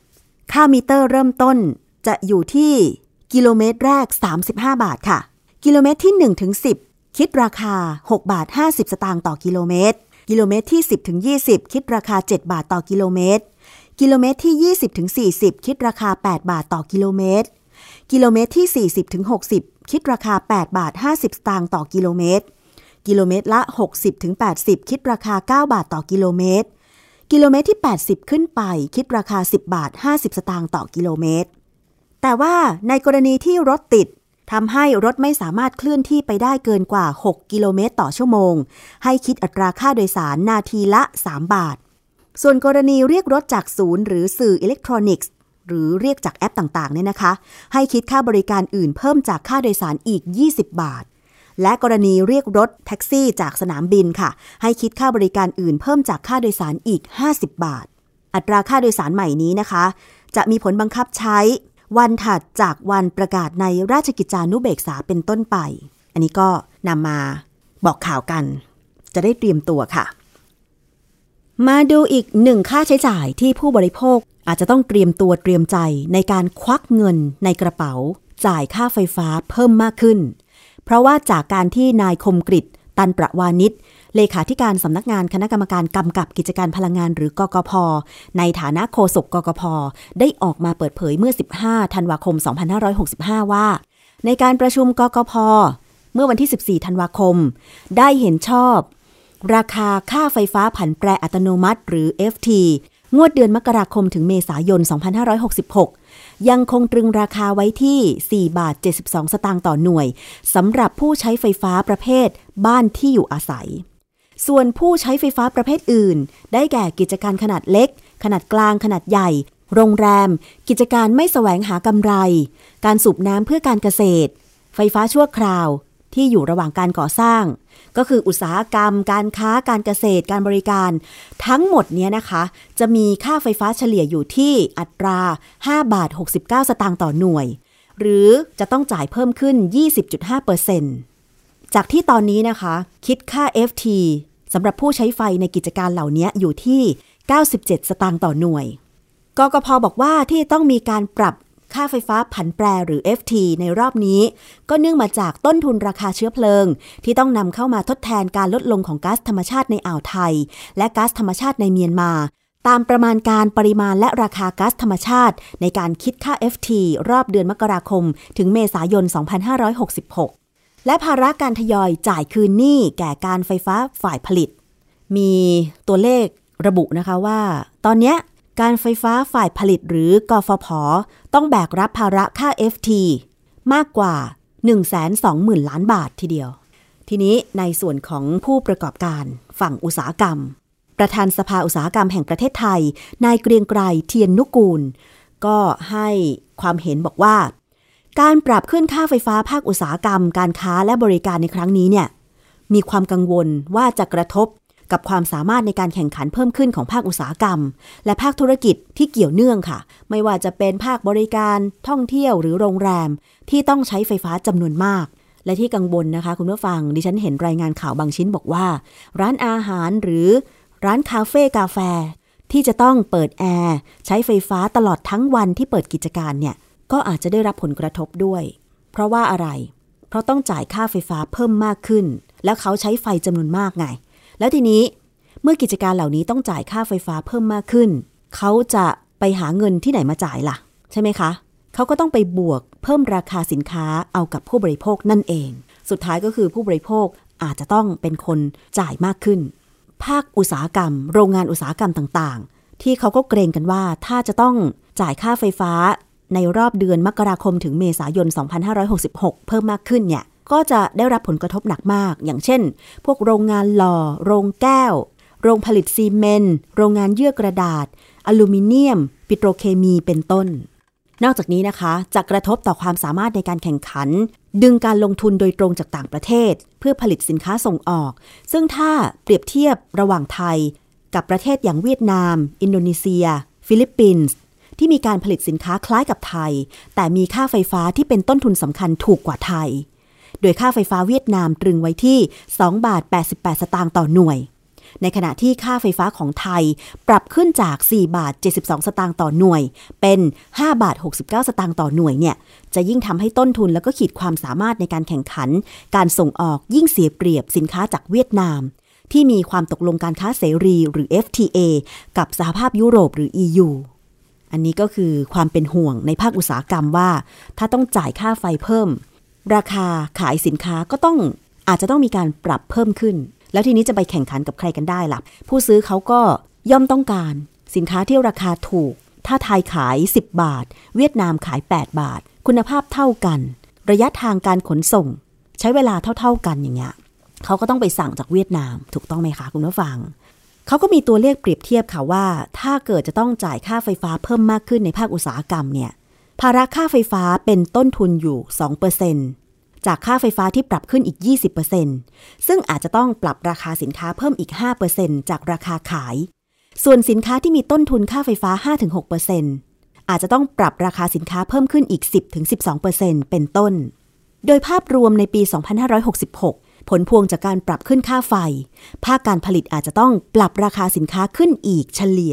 1ค่ามิเตอร์เริ่มต้นจะอยู่ที่กิโลเมตรแรก35บาทค่ะกิโลเมตรที่1ถึง10คิดราคา6บาท50สตางค์ต่อกิโลเมตรกิโลเมตรที่10ถึง20คิดราคา7บาทต่อกิโลเมตรกิโลเมตรที่20ถึง40คิดราคา8บาทต่อกิโลเมตรกิโลเมตรที่40ถึง60คิดราคา8บาท50สตางค์ต่อกิโลเมตรกิโลเมตรละ60ถึง80คิดราคา9บาทต่อกิโลเมตรกิโลเมตรที่80ขึ้นไปคิดราคา10บาท50สตางค์ต่อกิโลเมตรแต่ว่าในกรณีที่รถติดทำให้รถไม่สามารถเคลื่อนที่ไปได้เกินกว่า6กิโลเมตรต่อชั่วโมงให้คิดอัตราค่าโดยสารนาทีละ3บาทส่วนกรณีเรียกรถจากศูนย์หรือสื่ออิเล็กทรอนิกส์หรือเรียกจากแอปต่างๆเนี่ยนะคะให้คิดค่าบริการอื่นเพิ่มจากค่าโดยสารอีก20บาทและกรณีเรียกรถแท็กซี่จากสนามบินค่ะให้คิดค่าบริการอื่นเพิ่มจากค่าโดยสารอีก50บาทอัตราค่าโดยสารใหม่นี้นะคะจะมีผลบังคับใช้วันถัดจากวันประกาศในราชกิจจานุเบกษาเป็นต้นไปอันนี้ก็นำมาบอกข่าวกันจะได้เตรียมตัวค่ะมาดูอีกหนึ่งค่าใช้จ่ายที่ผู้บริโภคอาจจะต้องเตรียมตัวเตรียมใจในการควักเงินในกระเป๋าจ่ายค่าไฟฟ้าเพิ่มมากขึ้นเพราะว่าจากการที่นายคมกฤษตันประวานิชเลขาธิการสำนักงานคณะกรรมการกำกับกิจการพลังงานหรือกกพ.ในฐานะโฆษกกกพ.ได้ออกมาเปิดเผยเมื่อ15ธันวาคม2565ว่าในการประชุมกกพ.เมื่อวันที่14ธันวาคมได้เห็นชอบราคาค่าไฟฟ้าผันแปรอัตโนมัติหรือ FT งวดเดือนมกราคมถึงเมษายน2566ยังคงตรึงราคาไว้ที่4บาท72สตางค์ต่อหน่วยสำหรับผู้ใช้ไฟฟ้าประเภทบ้านที่อยู่อาศัยส่วนผู้ใช้ไฟฟ้าประเภทอื่นได้แก่กิจการขนาดเล็กขนาดกลางขนาดใหญ่โรงแรมกิจการไม่แสวงหากำไรการสูบน้ำเพื่อการเกษตรไฟฟ้าชั่วคราวที่อยู่ระหว่างการก่อสร้างก็คืออุตสาหกรรมการค้าการเกษตรการบริการทั้งหมดเนี้ยนะคะจะมีค่าไฟฟ้าเฉลี่ยอยู่ที่อัตรา5บาท69สตางค์ต่อหน่วยหรือจะต้องจ่ายเพิ่มขึ้น 20.5% จากที่ตอนนี้นะคะคิดค่า FT สำหรับผู้ใช้ไฟในกิจการเหล่านี้อยู่ที่97สตางค์ต่อหน่วยกกพ.บอกว่าที่ต้องมีการปรับค่าไฟฟ้าผันแปรหรือ FT ในรอบนี้ก็เนื่องมาจากต้นทุนราคาเชื้อเพลิงที่ต้องนำเข้ามาทดแทนการลดลงของก๊าซธรรมชาติในอ่าวไทยและก๊าซธรรมชาติในเมียนมาตามประมาณการปริมาณและราคาก๊าซธรรมชาติในการคิดค่า FT รอบเดือนมกราคมถึงเมษายน2566และภาระการทยอยจ่ายคืนหนี้แก่การไฟฟ้าฝ่ายผลิตมีตัวเลขระบุนะคะว่าตอนนี้การไฟฟ้าฝ่ายผลิตหรือกฟผ.ต้องแบกรับภาระค่า FT มากกว่า 120,000 ล้านบาททีเดียวทีนี้ในส่วนของผู้ประกอบการฝั่งอุตสาหกรรมประธานสภาอุตสาหกรรมแห่งประเทศไทยนายเกรียงไกรเทียนนุกูลก็ให้ความเห็นบอกว่าการปรับขึ้นค่าไฟฟ้าภาคอุตสาหกรรมการค้าและบริการในครั้งนี้เนี่ยมีความกังวลว่าจะกระทบกับความสามารถในการแข่งขันเพิ่มขึ้นของภาคอุตสาหกรรมและภาคธุรกิจที่เกี่ยวเนื่องค่ะไม่ว่าจะเป็นภาคบริการท่องเที่ยวหรือโรงแรมที่ต้องใช้ไฟฟ้าจำนวนมากและที่กังวลนะคะคุณผู้ฟังดิฉันเห็นรายงานข่าวบางชิ้นบอกว่าร้านอาหารหรือร้านคาเฟ่กาแฟที่จะต้องเปิดแอร์ใช้ไฟฟ้าตลอดทั้งวันที่เปิดกิจการเนี่ยก็อาจจะได้รับผลกระทบด้วยเพราะว่าอะไรเพราะต้องจ่ายค่าไฟฟ้าเพิ่มมากขึ้นแล้วเขาใช้ไฟจำนวนมากไงแล้วทีนี้เมื่อกิจการเหล่านี้ต้องจ่ายค่าไฟฟ้าเพิ่มมากขึ้นเขาจะไปหาเงินที่ไหนมาจ่ายล่ะใช่ไหมคะเขาก็ต้องไปบวกเพิ่มราคาสินค้าเอากับผู้บริโภคนั่นเองสุดท้ายก็คือผู้บริโภคอาจจะต้องเป็นคนจ่ายมากขึ้นภาคอุตสาหกรรมโรงงานอุตสาหกรรมต่างๆที่เขาก็เกรงกันว่าถ้าจะต้องจ่ายค่าไฟฟ้าในรอบเดือนมกราคมถึงเมษายน 2566 เพิ่มมากขึ้นเนี่ยก็จะได้รับผลกระทบหนักมากอย่างเช่นพวกโรงงานหล่อโรงแก้วโรงผลิตซีเมนต์โรงงานเยื่อกระดาษอลูมิเนียมปิโตรเคมีเป็นต้นนอกจากนี้นะคะจะกระทบต่อความสามารถในการแข่งขันดึงการลงทุนโดยตรงจากต่างประเทศเพื่อผลิตสินค้าส่งออกซึ่งถ้าเปรียบเทียบระหว่างไทยกับประเทศอย่างเวียดนามอินโดนีเซียฟิลิปปินส์ที่มีการผลิตสินค้าคล้ายกับไทยแต่มีค่าไฟฟ้าที่เป็นต้นทุนสำคัญถูกกว่าไทยโดยค่าไฟฟ้าเวียดนามตรึงไว้ที่2.88 บาทต่อหน่วยในขณะที่ค่าไฟฟ้าของไทยปรับขึ้นจาก4.72 บาทต่อหน่วยเป็น5.69 บาทต่อหน่วยเนี่ยจะยิ่งทำให้ต้นทุนแล้วก็ขีดความสามารถในการแข่งขันการส่งออกยิ่งเสียเปรียบสินค้าจากเวียดนามที่มีความตกลงการค้าเสรีหรือ FTA กับสหภาพยุโรปหรือ EU อันนี้ก็คือความเป็นห่วงในภาคอุตสาหกรรมว่าถ้าต้องจ่ายค่าไฟเพิ่มราคาขายสินค้าก็อาจจะต้องมีการปรับเพิ่มขึ้นแล้วทีนี้จะไปแข่งขันกับใครกันได้ล่ะผู้ซื้อเขาก็ย่อมต้องการสินค้าที่ราคาถูกถ้าไทยขาย10 บาทเวียดนามขาย8 บาทคุณภาพเท่ากันระยะทางการขนส่งใช้เวลาเท่ากันอย่างเงี้ยเขาก็ต้องไปสั่งจากเวียดนามถูกต้องไหมคะคุณผู้ฟังเขาก็มีตัวเลขเปรียบเทียบค่ะว่าถ้าเกิดจะต้องจ่ายค่าไฟฟ้าเพิ่มมากขึ้นในภาคอุตสาหกรรมเนี่ยภาระค่าไฟฟ้าเป็นต้นทุนอยู่ 2% จากค่าไฟฟ้าที่ปรับขึ้นอีก 20% ซึ่งอาจจะต้องปรับราคาสินค้าเพิ่มอีก 5% จากราคาขายส่วนสินค้าที่มีต้นทุนค่าไฟฟ้า 5-6% อาจจะต้องปรับราคาสินค้าเพิ่มขึ้นอีก 10-12% เป็นต้นโดยภาพรวมในปี 2566 ผลพวงจากการปรับขึ้นค่าไฟภาคการผลิตอาจจะต้องปรับราคาสินค้าขึ้นอีกเฉลี่ย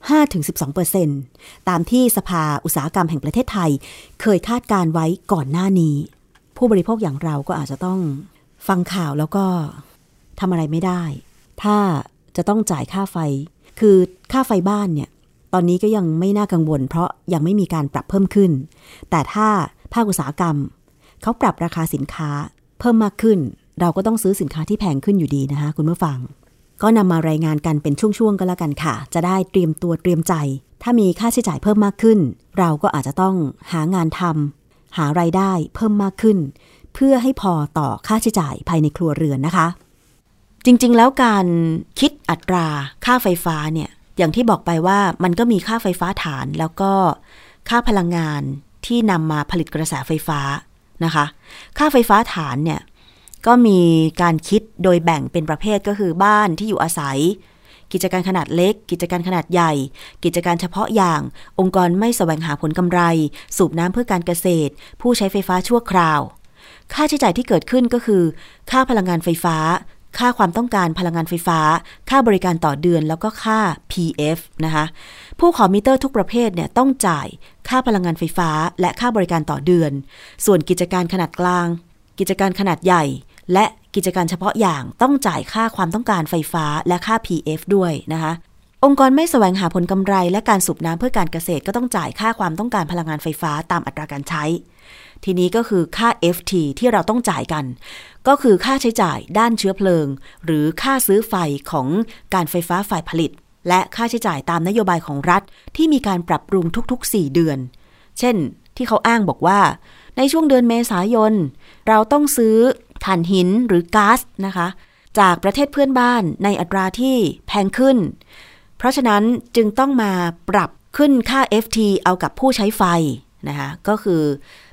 5-12% ตามที่สภาอุตสาหกรรมแห่งประเทศไทยเคยคาดการไว้ก่อนหน้านี้ผู้บริโภคอย่างเราก็อาจจะต้องฟังข่าวแล้วก็ทำอะไรไม่ได้ถ้าจะต้องจ่ายค่าไฟคือค่าไฟบ้านเนี่ยตอนนี้ก็ยังไม่น่ากังวลเพราะยังไม่มีการปรับเพิ่มขึ้นแต่ถ้าภาคอุตสาหกรรมเขาปรับราคาสินค้าเพิ่มมากขึ้นเราก็ต้องซื้อสินค้าที่แพงขึ้นอยู่ดีนะคะคุณผู้ฟังก็นำมารายงานกันเป็นช่วงๆก็แล้วกันค่ะจะได้เตรียมตัวเตรียมใจถ้ามีค่าใช้จ่ายเพิ่มมากขึ้นเราก็อาจจะต้องหางานทำหารายได้เพิ่มมากขึ้นเพื่อให้พอต่อค่าใช้จ่ายภายในครัวเรือนนะคะจริงๆแล้วการคิดอัตราค่าไฟฟ้าเนี่ยอย่างที่บอกไปว่ามันก็มีค่าไฟฟ้าฐานแล้วก็ค่าพลังงานที่นำมาผลิตกระแสไฟฟ้านะคะค่าไฟฟ้าฐานเนี่ยก็มีการคิดโดยแบ่งเป็นประเภทก็คือบ้านที่อยู่อาศัยกิจการขนาดเล็กกิจการขนาดใหญ่กิจการเฉพาะอย่างองค์กรไม่แสวงหาผลกำไรสูบน้ำเพื่อการเกษตรผู้ใช้ไฟฟ้าชั่วคราวค่าใช้จ่ายที่เกิดขึ้นก็คือค่าพลังงานไฟฟ้าค่าความต้องการพลังงานไฟฟ้าค่าบริการต่อเดือนแล้วก็ค่า PF นะคะผู้ขอมิเตอร์ทุกประเภทเนี่ยต้องจ่ายค่าพลังงานไฟฟ้าและค่าบริการต่อเดือนส่วนกิจการขนาดกลางกิจการขนาดใหญ่และกิจการเฉพาะอย่างต้องจ่ายค่าความต้องการไฟฟ้าและค่า PF ด้วยนะคะองค์กรไม่แสวงหาผลกำไรและการสูบน้ำเพื่อการเกษตรก็ต้องจ่ายค่าความต้องการพลังงานไฟฟ้าตามอัตราการใช้ทีนี้ก็คือค่า FT ที่เราต้องจ่ายกันก็คือค่าใช้จ่ายด้านเชื้อเพลิงหรือค่าซื้อไฟของการไฟฟ้าฝ่ายผลิตและค่าใช้จ่ายตามนโยบายของรัฐที่มีการปรับปรุงทุกๆ4 เดือนเช่นที่เขาอ้างบอกว่าในช่วงเดือนเมษายนเราต้องซื้อถ่านหินหรือก๊าซนะคะจากประเทศเพื่อนบ้านในอัตราที่แพงขึ้นเพราะฉะนั้นจึงต้องมาปรับขึ้นค่า FT เอากับผู้ใช้ไฟนะคะก็คือ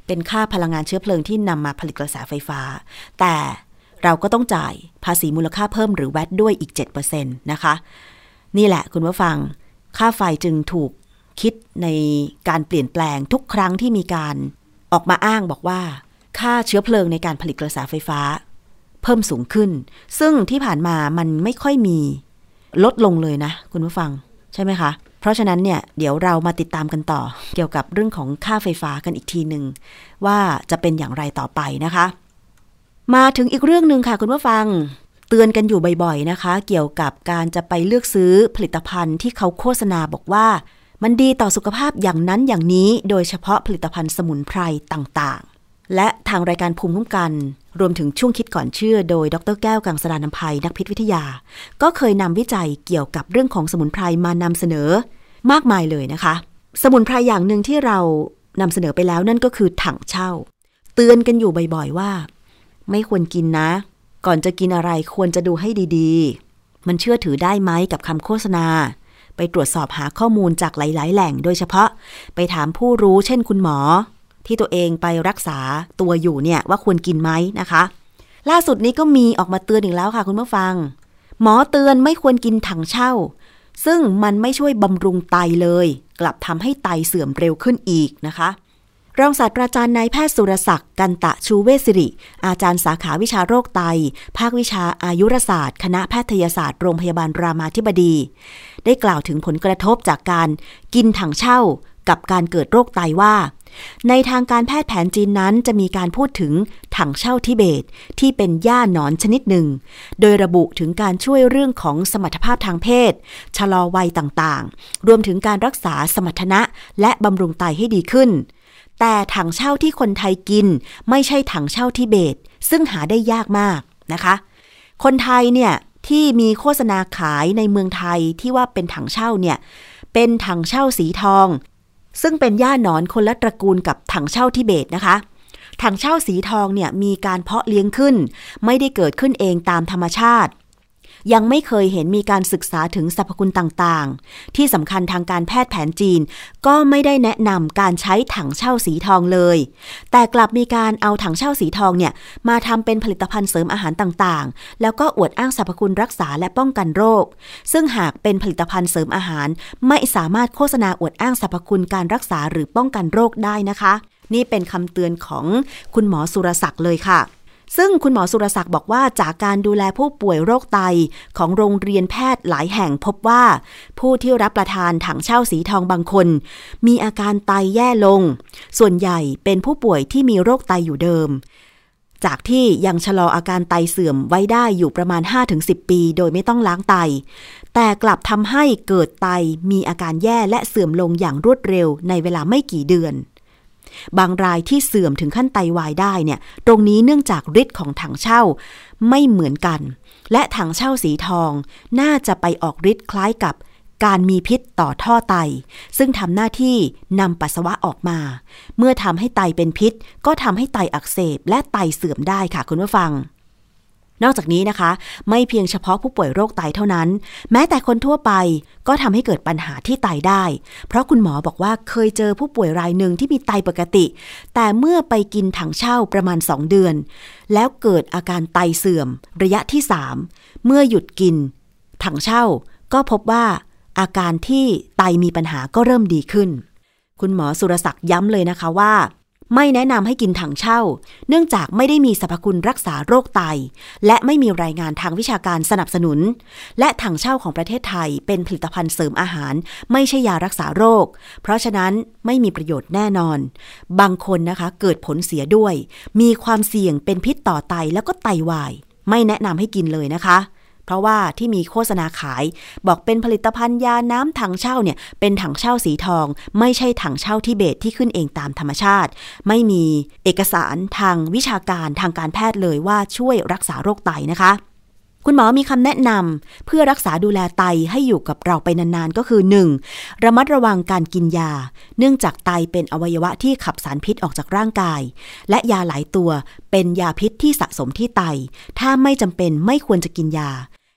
เป็นค่าพลังงานเชื้อเพลิงที่นำมาผลิตกระแสไฟฟ้าแต่เราก็ต้องจ่ายภาษีมูลค่าเพิ่มหรือ VAT ด้วยอีก 7% นะคะนี่แหละคุณผู้ฟังค่าไฟจึงถูกคิดในการเปลี่ยนแปลงทุกครั้งที่มีการออกมาอ้างบอกว่าค่าเชื้อเพลิงในการผลิตกระแสไฟฟ้าเพิ่มสูงขึ้นซึ่งที่ผ่านมามันไม่ค่อยมีลดลงเลยนะคุณผู้ฟังใช่ไหมคะเพราะฉะนั้นเนี่ยเดี๋ยวเรามาติดตามกันต่อเกี่ยวกับเรื่องของค่าไฟฟ้ากันอีกทีนึงว่าจะเป็นอย่างไรต่อไปนะคะมาถึงอีกเรื่องนึงค่ะคุณผู้ฟังเตือนกันอยู่บ่อยๆนะคะเกี่ยวกับการจะไปเลือกซื้อผลิตภัณฑ์ที่เขาโฆษณาบอกว่ามันดีต่อสุขภาพอย่างนั้นอย่างนี้โดยเฉพาะผลิตภัณฑ์สมุนไพรต่างๆและทางรายการภูมิคุ้มกันรวมถึงช่วงคิดก่อนเชื่อโดยดร.แก้วกังสดาลอำไพนักพิษวิทยาก็เคยนำวิจัยเกี่ยวกับเรื่องของสมุนไพรมานำเสนอมากมายเลยนะคะสมุนไพรอย่างหนึ่งที่เรานำเสนอไปแล้วนั่นก็คือถังเช่าเตือนกันอยู่บ่อยๆว่าไม่ควรกินนะก่อนจะกินอะไรควรจะดูให้ดีๆมันเชื่อถือได้ไหมกับคำโฆษณาไปตรวจสอบหาข้อมูลจากหลายๆแหล่งโดยเฉพาะไปถามผู้รู้เช่นคุณหมอที่ตัวเองไปรักษาตัวอยู่เนี่ยว่าควรกินไหมนะคะล่าสุดนี้ก็มีออกมาเตือนอีกแล้วค่ะคุณผู้ฟังหมอเตือนไม่ควรกินถังเช่าซึ่งมันไม่ช่วยบำรุงไตเลยกลับทำให้ไตเสื่อมเร็วขึ้นอีกนะคะรองศาสตราจารย์นายแพทย์สุรศักดิ์กันตะชูเวชสิริอาจารย์สาขาวิชาโรคไตภาควิชาอายุรศาสตร์คณะแพทยศาสตร์โรงพยาบาลรามาธิบดีได้กล่าวถึงผลกระทบจากการกินถังเช่ากับการเกิดโรคไตว่าในทางการแพทย์แผนจีนนั้นจะมีการพูดถึงถังเช่าทิเบตที่เป็นหญ้าหนอนชนิดหนึ่งโดยระบุถึงการช่วยเรื่องของสมรรถภาพทางเพศชะลอวัยต่างๆรวมถึงการรักษาสมรรถนะและบำรุงไตให้ดีขึ้นแต่ถังเช่าที่คนไทยกินไม่ใช่ถังเช่าทิเบตซึ่งหาได้ยากมากนะคะคนไทยเนี่ยที่มีโฆษณาขายในเมืองไทยที่ว่าเป็นถังเช่าเนี่ยเป็นถังเช่าสีทองซึ่งเป็นหญ้าหนอนคนละตระกูลกับถังเช่าทิเบตนะคะถังเช่าสีทองเนี่ยมีการเพาะเลี้ยงขึ้นไม่ได้เกิดขึ้นเองตามธรรมชาติยังไม่เคยเห็นมีการศึกษาถึงสรรพคุณต่างๆที่สำคัญทางการแพทย์แผนจีนก็ไม่ได้แนะนำการใช้ถังเช่าสีทองเลยแต่กลับมีการเอาถังเช่าสีทองเนี่ยมาทำเป็นผลิตภัณฑ์เสริมอาหารต่างๆแล้วก็อวดอ้างสรรพคุณรักษาและป้องกันโรคซึ่งหากเป็นผลิตภัณฑ์เสริมอาหารไม่สามารถโฆษณาอวดอ้างสรรพคุณการรักษาหรือป้องกันโรคได้นะคะนี่เป็นคำเตือนของคุณหมอสุรศักดิ์เลยค่ะซึ่งคุณหมอสุรศักดิ์บอกว่าจากการดูแลผู้ป่วยโรคไตของโรงเรียนแพทย์หลายแห่งพบว่าผู้ที่รับประทานถังเช่าสีทองบางคนมีอาการไตแย่ลงส่วนใหญ่เป็นผู้ป่วยที่มีโรคไตอยู่เดิมจากที่ยังชะลออาการไตเสื่อมไว้ได้อยู่ประมาณ 5-10 ปีโดยไม่ต้องล้างไตแต่กลับทำให้เกิดไตมีอาการแย่และเสื่อมลงอย่างรวดเร็วในเวลาไม่กี่เดือนบางรายที่เสื่อมถึงขั้นไตวายได้เนี่ยตรงนี้เนื่องจากฤทธิ์ของถังเช่าไม่เหมือนกันและถังเช่าสีทองน่าจะไปออกฤทธิ์คล้ายกับการมีพิษต่อท่อไตซึ่งทำหน้าที่นำปัสสาวะออกมาเมื่อทำให้ไตเป็นพิษก็ทำให้ไตอักเสบและไตเสื่อมได้ค่ะคุณผู้ฟังนอกจากนี้นะคะไม่เพียงเฉพาะผู้ป่วยโรคไตเท่านั้นแม้แต่คนทั่วไปก็ทำให้เกิดปัญหาที่ไตได้เพราะคุณหมอบอกว่าเคยเจอผู้ป่วยรายหนึ่งที่มีไตปกติแต่เมื่อไปกินถังเช่าประมาณ2 เดือนแล้วเกิดอาการไตเสื่อมระยะที่3เมื่อหยุดกินถังเช่าก็พบว่าอาการที่ไตมีปัญหาก็เริ่มดีขึ้นคุณหมอสุรศักดิ์ย้ำเลยนะคะว่าไม่แนะนำให้กินถังเช่าเนื่องจากไม่ได้มีสรรพคุณรักษาโรคไตและไม่มีรายงานทางวิชาการสนับสนุนและถังเช่าของประเทศไทยเป็นผลิตภัณฑ์เสริมอาหารไม่ใช่ยารักษาโรคเพราะฉะนั้นไม่มีประโยชน์แน่นอนบางคนนะคะเกิดผลเสียด้วยมีความเสี่ยงเป็นพิษต่อไตแล้วก็ไตวายไม่แนะนำให้กินเลยนะคะเพราะว่าที่มีโฆษณาขายบอกเป็นผลิตภัณฑ์ยาน้ำถังเช่าเนี่ยเป็นถังเช่าสีทองไม่ใช่ถังเช่าทิเบตที่ขึ้นเองตามธรรมชาติไม่มีเอกสารทางวิชาการทางการแพทย์เลยว่าช่วยรักษาโรคไตนะคะคุณหมอมีคำแนะนำเพื่อรักษาดูแลไตให้อยู่กับเราไปนานๆก็คือ 1. ระมัดระวังการกินยาเนื่องจากไตเป็นอวัยวะที่ขับสารพิษออกจากร่างกายและยาหลายตัวเป็นยาพิษที่สะสมที่ไตถ้าไม่จำเป็นไม่ควรจะกินยา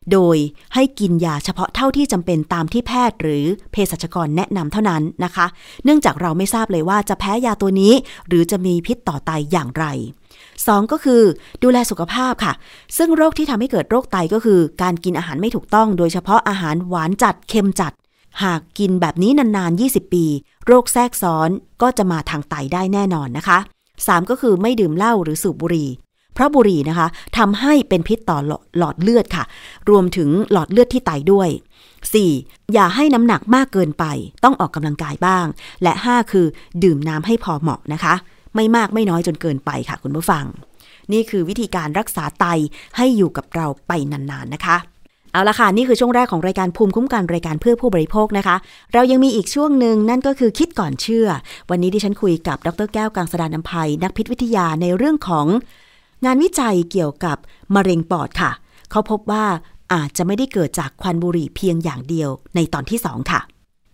โดยให้กินยาเฉพาะเท่าที่จำเป็นตามที่แพทย์หรือเภสัชกรแนะนำเท่านั้นนะคะเนื่องจากเราไม่ทราบเลยว่าจะแพ้ยาตัวนี้หรือจะมีพิษต่อไตอย่างไร2ก็คือดูแลสุขภาพค่ะซึ่งโรคที่ทำให้เกิดโรคไตก็คือการกินอาหารไม่ถูกต้องโดยเฉพาะอาหารหวานจัดเค็มจัดหากกินแบบนี้นานๆ20ปีโรคแทรกซ้อนก็จะมาทางไตได้แน่นอนนะคะ3ก็คือไม่ดื่มเหล้าหรือสูบบุหรี่เพราะบุหรี่นะคะทำให้เป็นพิษต่อหลอดเลือดค่ะรวมถึงหลอดเลือดที่ไตด้วย4อย่าให้น้ำหนักมากเกินไปต้องออกกำลังกายบ้างและ5คือดื่มน้ำให้พอเหมาะนะคะไม่มากไม่น้อยจนเกินไปค่ะคุณผู้ฟังนี่คือวิธีการรักษาไตให้อยู่กับเราไปนานๆนะคะเอาละค่ะนี่คือช่วงแรกของรายการภูมิคุ้มกันรายการเพื่อผู้บริโภคนะคะเรายังมีอีกช่วงหนึ่งนั่นก็คือคิดก่อนเชื่อวันนี้ดิฉันคุยกับดร.แก้วกังสดาลอำไพนักพิษวิทยาในเรื่องของงานวิจัยเกี่ยวกับมะเร็งปอดค่ะเขาพบว่าอาจจะไม่ได้เกิดจากควันบุหรี่เพียงอย่างเดียวในตอนที่2ค่ะ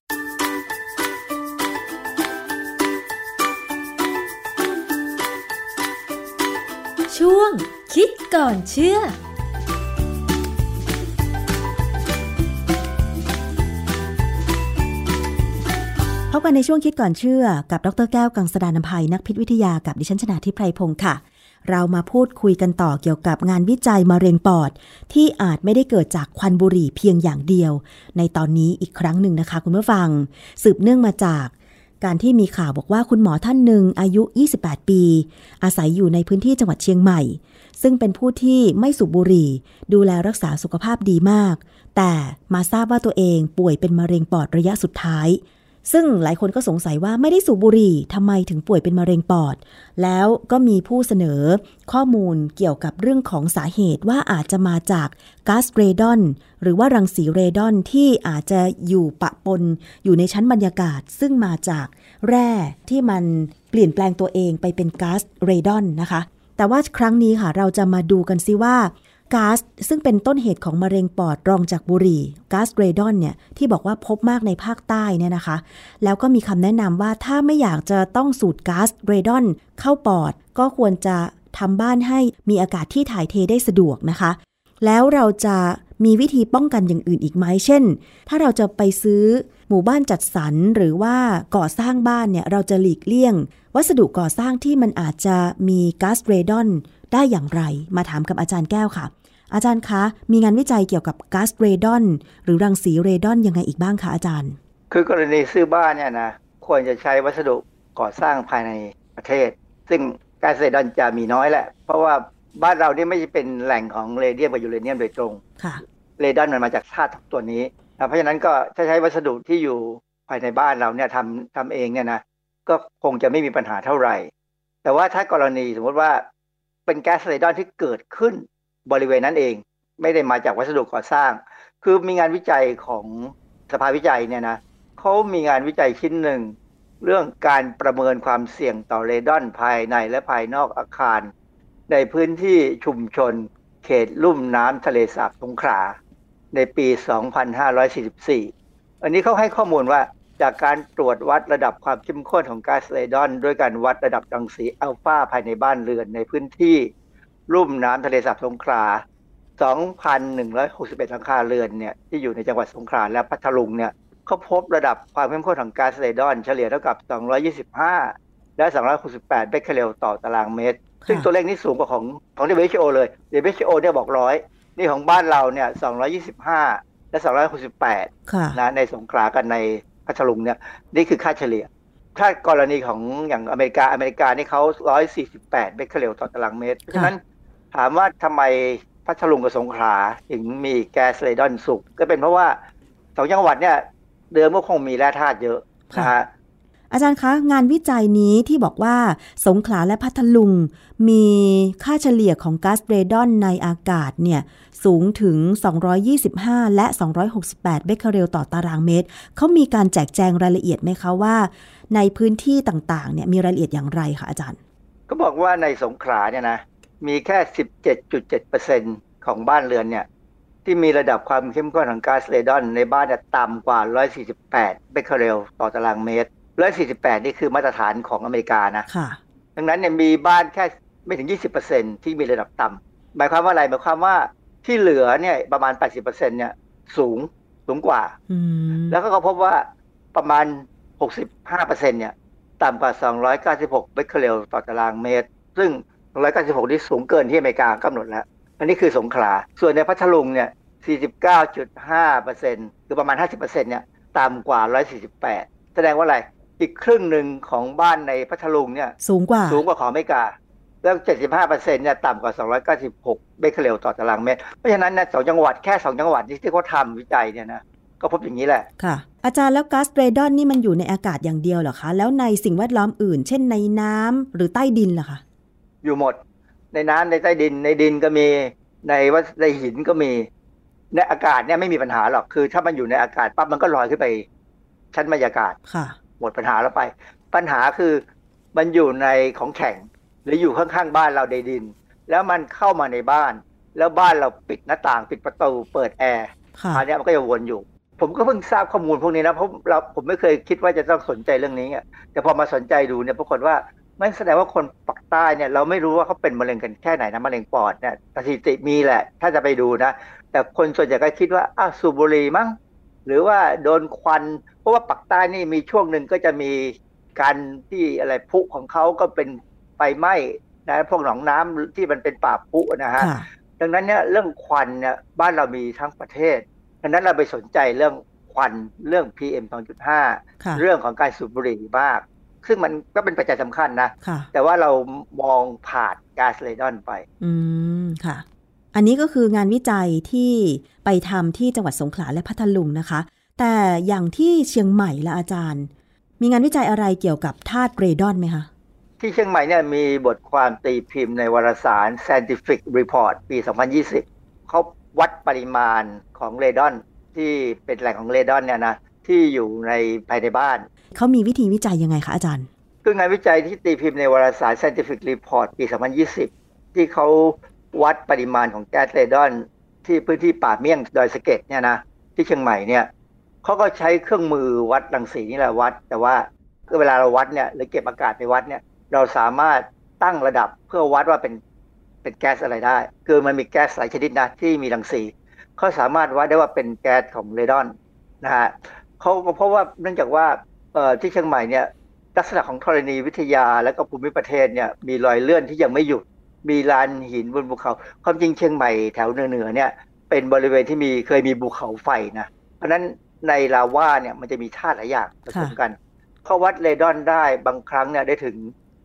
ช่วงคิดก่อนเชื่อพบกันในช่วงคิดก่อนเชื่อกับดร.แก้วกังสดาลอำไพนักพิษวิทยากับดิฉันชนาธิปไพพงศ์ค่ะเรามาพูดคุยกันต่อเกี่ยวกับงานวิจัยมะเร็งปอดที่อาจไม่ได้เกิดจากควันบุหรี่เพียงอย่างเดียวในตอนนี้อีกครั้งหนึ่งนะคะคุณผู้ฟังสืบเนื่องมาจากการที่มีข่าวบอกว่าคุณหมอท่านหนึ่งอายุ28ปีอาศัยอยู่ในพื้นที่จังหวัดเชียงใหม่ซึ่งเป็นผู้ที่ไม่สูบบุหรี่ดูแลรักษาสุขภาพดีมากแต่มาทราบว่าตัวเองป่วยเป็นมะเร็งปอดระยะสุดท้ายซึ่งหลายคนก็สงสัยว่าไม่ได้สูบบุหรี่ทำไมถึงป่วยเป็นมะเร็งปอดแล้วก็มีผู้เสนอข้อมูลเกี่ยวกับเรื่องของสาเหตุว่าอาจจะมาจากก๊าซเรดอนหรือว่ารังสีเรดอนที่อาจจะอยู่ปะปนอยู่ในชั้นบรรยากาศซึ่งมาจากแร่ที่มันเปลี่ยนแปลงตัวเองไปเป็นก๊าซเรดอนนะคะแต่ว่าครั้งนี้ค่ะเราจะมาดูกันซิว่าก๊าซซึ่งเป็นต้นเหตุของมะเร็งปอดรองจากบุหรี่ก๊าซเรดอนเนี่ยที่บอกว่าพบมากในภาคใต้เนี่ยนะคะแล้วก็มีคำแนะนำว่าถ้าไม่อยากจะต้องสูดก๊าซเรดอนเข้าปอดก็ควรจะทำบ้านให้มีอากาศที่ถ่ายเทได้สะดวกนะคะแล้วเราจะมีวิธีป้องกันอย่างอื่นอีกไหมเช่นถ้าเราจะไปซื้อหมู่บ้านจัดสรรหรือว่าก่อสร้างบ้านเนี่ยเราจะหลีกเลี่ยงวัสดุก่อสร้างที่มันอาจจะมีก๊าซเรดอนได้อย่างไรมาถามกับอาจารย์แก้วค่ะอาจารย์คะมีงานวิจัยเกี่ยวกับก๊าซเรดอนหรือรังสีเรดอนยังไงอีกบ้างคะอาจารย์คือกรณีซื้อบ้านเนี่ยนะควรจะใช้วัสดุก่อสร้างภายในประเทศซึ่งก๊าซเรดอนจะมีน้อยแหละเพราะว่าบ้านเรานี่ไม่ใช่เป็นแหล่งของเรเดียมกับยูเรเนียมโดยตรงเรดอนมันมาจากธาตุตัวนี้เพราะฉะนั้นก็ถ้าใช้วัสดุที่อยู่ภายในบ้านเราเนี่ยทำเองเนี่ยนะก็คงจะไม่มีปัญหาเท่าไหร่แต่ว่าถ้ากรณีสมมติว่าเป็นก๊าซเรดอนที่เกิดขึ้นบริเวณนั้นเองไม่ได้มาจากวัสดุก่อสร้างคือมีงานวิจัยของสภาวิจัยเนี่ยนะเขามีงานวิจัยชิ้นหนึ่งเรื่องการประเมินความเสี่ยงต่อเรดอนภายในและภายนอกอาคารในพื้นที่ชุมชนเขตลุ่มน้ำทะเลสาบสงขลาในปี 2544 อันนี้เขาให้ข้อมูลว่าจากการตรวจวัดระดับความเข้มข้นของก๊าซเรดอนด้วยการวัดระดับรังสีอัลฟาภายในบ้านเรือนในพื้นที่ลุ่มน้ำทะเลสาบสงขลา 2,161 หลังคาเรือนเนี่ยที่อยู่ในจังหวัดสงขลาและพัทลุงเนี่ยเขาพบระดับความเข้มข้นของก๊าซเรดอนเฉลี่ยเท่ากับ225และ268เบคเคอเรลต่อตารางเมตรซึ่งตัวเลขนี้สูงกว่าของ WHO เลย WHO เนี่ยบอก100นี่ของบ้านเราเนี่ย225และ268นะในสงขลากันในพัทลุงเนี่ยนี่คือค่าเฉลี่ยถ้ากรณีของอย่างอเมริกานี่เขา148เบคเคอเรลต่อตารางเมตรเพราะฉะนั้นถามว่าทำไมพัทลุงกับสงขลาถึงมีแก๊สเรดอนสูงก็เป็นเพราะว่าสองจังหวัดเนี่ยเดิมก็คงมีแร่ธาตุเยอะนะฮะอาจารย์คะงานวิจัยนี้ที่บอกว่าสงขลาและพัทลุงมีค่าเฉลี่ยของก๊าซเรดอนในอากาศเนี่ยสูงถึง225และ268เบคเคอเรลต่อตารางเมตรเขามีการแจกแจงรายละเอียดไหมคะว่าในพื้นที่ต่างๆเนี่ยมีรายละเอียดอย่างไรคะอาจารย์ก็บอกว่าในสงขลาเนี่ยนะมีแค่ 17.7% ของบ้านเรือนเนี่ยที่มีระดับความเข้มข้นของก๊าซเรดอนในบ้านต่ำกว่า148เบคเคอเรลต่อตารางเมตร148นี่คือมาตรฐานของอเมริกานะดังนั้นเนี่ยมีบ้านแค่ไม่ถึง 20% ที่มีระดับต่ำหมายความว่าอะไรหมายความว่าที่เหลือเนี่ยประมาณ 80% เนี่ยสูงกว่าแล้วก็พบว่าประมาณ 65% เนี่ยต่ำกว่า296 เบคเคอเรลต่อตารางเมตรซึ่ง296นี่สูงเกินที่อเมริกากำหนดแล้วอันนี้คือสงขลาส่วนในพัทลุงเนี่ย 49.5% คือประมาณ 50% เนี่ยต่ำกว่า148แสดงว่าอะไรอีกครึ่งหนึ่งของบ้านในพัทลุงเนี่ยสูงกว่าของอเมริกาแล้ว 75% เนี่ยต่ำกว่า296 เบคเคอเรลต่อตารางเมตรเพราะฉะนั้นเนี่ย2จังหวัดแค่2จังหวัดที่เขาทำวิจัยเนี่ยนะก็พบอย่างนี้แหละค่ะอาจารย์แล้วก๊าซเรดอนนี่มันอยู่ในอากาศอย่างเดียวเหรอคะแล้วในสิ่งแวดล้อมอื่นเช่นในน้ำหรือใต้ดินล่ะคะอยู่หมดในน้ำในใต้ดินในดินก็มีในหินก็มีในอากาศเนี่ยไม่มีปัญหาหรอกคือถ้ามันอยู่ในอากาศปั๊บมันก็ลอยขึ้นไปชั้นบรรยากาศค่ะหมดปัญหาแล้วไปปัญหาคือมันอยู่ในของแข็งหรืออยู่ข้างๆบ้านเราในดินแล้วมันเข้ามาในบ้านแล้วบ้านเราปิดหน้าต่างปิดประตูเปิดแอร์อันนี้มันก็จะวนอยู่ผมก็เพิ่งทราบข้อมูลพวกนี้นะเพราะผมไม่เคยคิดว่าจะต้องสนใจเรื่องนี้แต่พอมาสนใจดูเนี่ยปรากฏว่าไม่แสดงว่าคนปากใต้เนี่ยเราไม่รู้ว่าเขาเป็นมะเร็งกันแค่ไหนนะมะเร็งปอดเนี่ยสถิติมีแหละถ้าจะไปดูนะแต่คนส่วนใหญ่ก็คิดว่าสูบบุหรี่มั้งหรือว่าโดนควันเพราะว่าปากใต้นี่มีช่วงหนึ่งก็จะมีการที่อะไรพุของเขาก็เป็นไฟไหม้นะพวกหนองน้ำที่มันเป็นป่าพุนะฮะดังนั้นเนี่ยเรื่องควันเนี่ยบ้านเรามีทั้งประเทศดังนั้นเราไปสนใจเรื่องควันเรื่อง PM 2.5 เรื่องของการสูบบุหรี่มากซึ่งมันก็เป็นปัจจัยสำคัญนะแต่ว่าเรามองผ่านก๊าซเรดอนไปค่ะอันนี้ก็คืองานวิจัยที่ไปทำที่จังหวัดสงขลาและพัทลุงนะคะแต่อย่างที่เชียงใหม่ละอาจารย์มีงานวิจัยอะไรเกี่ยวกับธาตุเรดอนไหมคะที่เชียงใหม่เนี่ยมีบทความตีพิมพ์ในวารสาร Scientific Report ปี 2020 เขาวัดปริมาณของเรดอนที่เป็นแหล่งของเรดอนเนี่ยนะที่อยู่ในภายในบ้านเขามีวิธีวิจัยยังไงคะอาจารย์คืองานวิจัยที่ตีพิมพ์ในวารสาร Scientific Report ปี 2020 ที่เขาวัดปริมาณของแก๊สเรดอนที่พื้นที่ป่าเมี่ยงดอยสะเก็ดเนี่ยนะที่เชียงใหม่เนี่ยเขาก็ใช้เครื่องมือวัดรังสีนี่แหละวัดแต่ว่าเวลาเราวัดเนี่ยหรือเก็บอากาศไปวัดเนี่ยเราสามารถตั้งระดับเพื่อวัดว่าเป็นแก๊สอะไรได้คือมันมีแก๊สหลายชนิดนะที่มีรังสีเขาสามารถวัดได้ว่าเป็นแก๊สของเรดอนนะฮะเขาก็เพราะว่าเนื่องจากว่าที่เชียงใหม่เนี่ยลักษณะของธรณีวิทยาและก็ภูมิประเทศเนี่ยมีรอยเลื่อนที่ยังไม่หยุดมีลานหินบนภูเขาความจริงเชียงใหม่แถวเหนือเนี่ยเป็นบริเวณที่เคยมีภูเขาไฟนะเพราะนั้นในลาวาเนี่ยมันจะมีธาตุหลายอย่างผสมกันเขาวัดเรดอนได้บางครั้งเนี่ยได้ถึง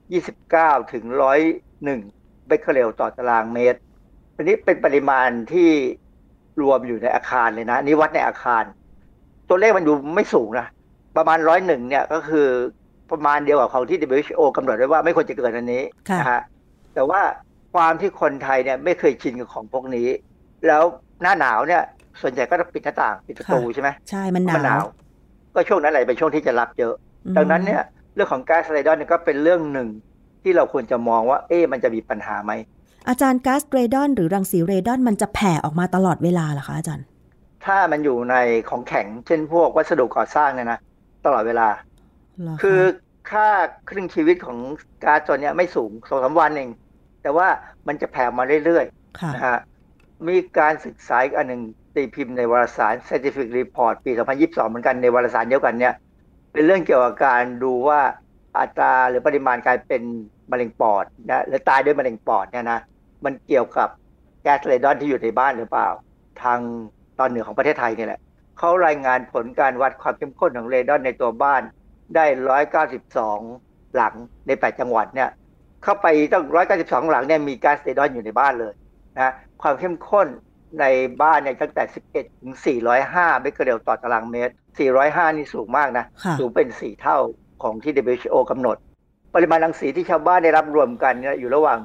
29ถึง101 เบคเคอเรลต่อตารางเมตรอันนี้เป็นปริมาณที่รวมอยู่ในอาคารเลยนะนี่วัดในอาคารตัวเลขมันดูไม่สูงนะประมาณ101เนี่ยก็คือประมาณเดียวกับของที่ WHO กำหนดไว้ว่าไม่ควรจะเกินอันนี้นะฮะแต่ว่าความที่คนไทยเนี่ยไม่เคยชินกับของพวกนี้แล้วหน้าหนาวเนี่ยส่วนใหญ่ก็ต้องปิดหน้าต่างปิดประตูใช่ไหมใช่มันหนาวก็ช่วงนั้นแหละเป็นช่วงที่จะรับเยอะดังนั้นเนี่ยเรื่องของก๊าซเรดอนเนี่ยก็เป็นเรื่องหนึ่งที่เราควรจะมองว่ามันจะมีปัญหาไหมอาจารย์ก๊าซเรดอนหรือรังสีเรดอนมันจะแผ่ออกมาตลอดเวลาเหรอคะอาจารย์ถ้ามันอยู่ในของแข็งเช่นพวกวัสดุก่อสร้างเนี่ยนะตลอดเวลาคือค่าครึ่งชีวิตของก๊าซตัวนี้ไม่สูง 2-3 วันเองแต่ว่ามันจะแผ่มาเรื่อยๆนะฮะมีการศึกษาอีกอันหนึ่งตีพิมพ์ในวารสาร Scientific Report ปี 2022 เหมือนกันในวารสารเดียวกันเนี่ยเป็นเรื่องเกี่ยวกับการดูว่าอัตราหรือปริมาณการเป็นมะเร็งปอดนะหรือตายด้วยมะเร็งปอดเนี่ยนะมันเกี่ยวกับแก๊สเรดอนที่อยู่ในบ้านหรือเปล่าทางตอนเหนือของประเทศไทยนี่แหละเขารายงานผลการวัดความเข้มข้นของเรดอนในตัวบ้านได้192หลังใน8จังหวัดเนี่ยเข้าไปตั้ง192หลังเนี่ยมีก๊าซเรดอนอยู่ในบ้านเลยนะความเข้มข้นในบ้านเนี่ยตั้งแต่11ถึง405 เบคเคอเรลต่อตารางเมตร405นี่สูงมากนะสูงเป็น4เท่าของที่ WHO กำหนดปริมาณรังสีที่ชาวบ้านได้รับรวมกันเนี่ยอยู่ระหว่าง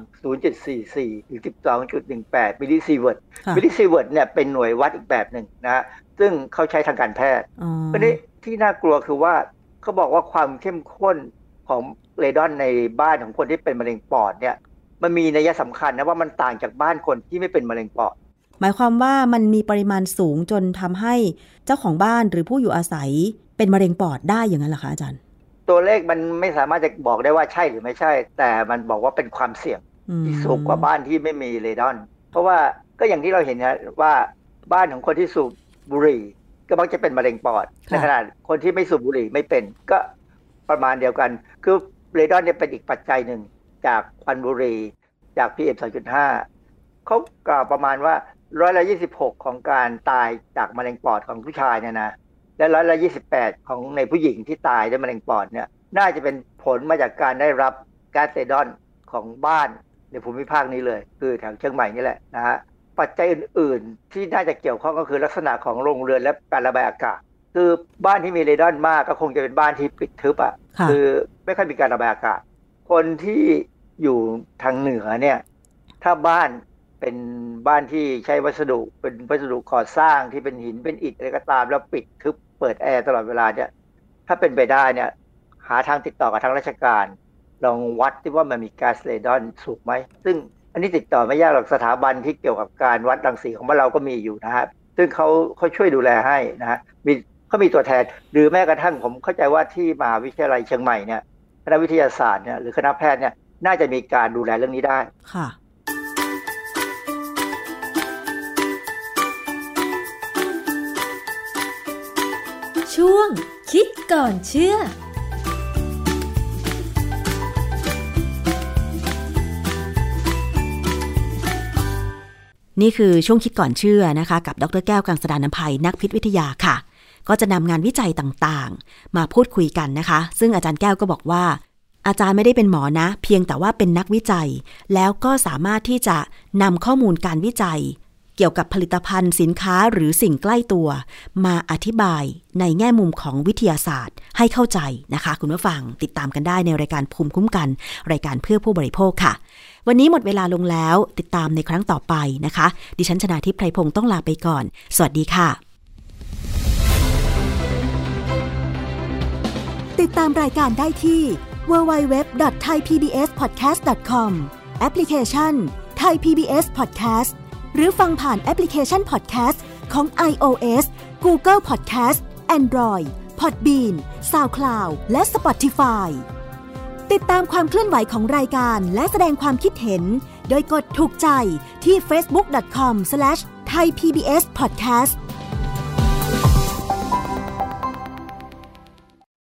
0.44 ถึง 12.18 มิลลิซีเวิร์ตมิลลิซีเวิร์ตเนี่ยเป็นหน่วยวัดอีกแบบหนึ่งนะซึ่งเขาใช้ทางการแพทย์เพราะนี้ที่น่ากลัวคือว่าเขาบอกว่าความเข้มข้นของเรดอนในบ้านของคนที่เป็นมะเร็งปอดเนี่ยมันมีนัยสำคัญนะว่ามันต่างจากบ้านคนที่ไม่เป็นมะเร็งปอดหมายความว่ามันมีปริมาณสูงจนทำให้เจ้าของบ้านหรือผู้อยู่อาศัยเป็นมะเร็งปอดได้อย่างนั้นเหรอคะอาจารย์ตัวเลขมันไม่สามารถจะบอกได้ว่าใช่หรือไม่ใช่แต่มันบอกว่าเป็นความเสี่ยงที่สูงกว่าบ้านที่ไม่มีเรดอนเพราะว่าก็อย่างที่เราเห็นนะว่าบ้านของคนที่สูบบุหรี่ก็มักจะเป็นมะเร็งปอดในขณะคนที่ไม่สูบบุหรี่ไม่เป็นก็ประมาณเดียวกันคือเรดอนเนี่ยเป็นอีกปัจจัยหนึ่งจากควันบุหรี่จาก PM 2.5 เขากล่าวประมาณว่า26%ของการตายจากมะเร็งปอดของผู้ชายเนี่ยนะและ28%ของในผู้หญิงที่ตายด้วยมะเร็งปอดเนี่ยน่าจะเป็นผลมาจากการได้รับก๊าซเรดอนของบ้านในภูมิภาคนี้เลยคือแถวเชียงใหม่นี่แหละนะฮะปัจจัยอื่นๆที่น่าจะเกี่ยวข้องก็คือลักษณะของโรงเรือนและการระบายอากาศคือบ้านที่มีเรดอนมากก็คงจะเป็นบ้านที่ปิดทึบอ่ะคือไม่ค่อยมีการระบายอากาศคนที่อยู่ทางเหนือเนี่ยถ้าบ้านเป็นบ้านที่ใช้วัสดุเป็นวัสดุก่อสร้างที่เป็นหินเป็นอิฐอะไรก็ตามแล้วปิดทึบเปิดแอร์ตลอดเวลาเนี่ยถ้าเป็นไปได้เนี่ยหาทางติดต่อกับทางราชการลองวัดที่ว่ามันมีก๊าซเรดอนสูงไหมซึ่งอันนี้ติดต่อไม่ยากหรอกสถาบันที่เกี่ยวกับการวัดรังสีของเราก็มีอยู่นะฮะซึ่งเขาช่วยดูแลให้นะฮะเขามีตัวแทนหรือแม้กระทั่งผมเข้าใจว่าที่มหาวิทยาลัยเชียงใหม่เนี่ยคณะวิทยาศาสตร์เนี่ยหรือคณะแพทย์เนี่ยน่าจะมีการดูแลเรื่องนี้ได้ค่ะช่วงคิดก่อนเชื่อนี่คือช่วงคิดก่อนเชื่อนะคะกับดร.แก้วกังสดาลอำไพนักพิษวิทยาค่ะก็จะนำงานวิจัยต่างๆมาพูดคุยกันนะคะซึ่งอาจารย์แก้วก็บอกว่าอาจารย์ไม่ได้เป็นหมอนะเพียงแต่ว่าเป็นนักวิจัยแล้วก็สามารถที่จะนำข้อมูลการวิจัยเกี่ยวกับผลิตภัณฑ์สินค้าหรือสิ่งใกล้ตัวมาอธิบายในแง่มุมของวิทยาศาสตร์ให้เข้าใจนะคะคุณผู้ฟังติดตามกันได้ในรายการภูมิคุ้มกันรายการเพื่อผู้บริโภคค่ะวันนี้หมดเวลาลงแล้วติดตามในครั้งต่อไปนะคะดิฉันชนาทิพย์ไพรพงศ์ต้องลาไปก่อนสวัสดีค่ะติดตามรายการได้ที่ www.thaipbspodcast.com แอปพลิเคชัน Thai PBS Podcast หรือฟังผ่านแอปพลิเคชัน Podcast ของ iOS Google Podcast Android Podbean SoundCloud และ Spotify ติดตามความเคลื่อนไหวของรายการและแสดงความคิดเห็นโดยกดถูกใจที่ facebook.com/thaipbspodcast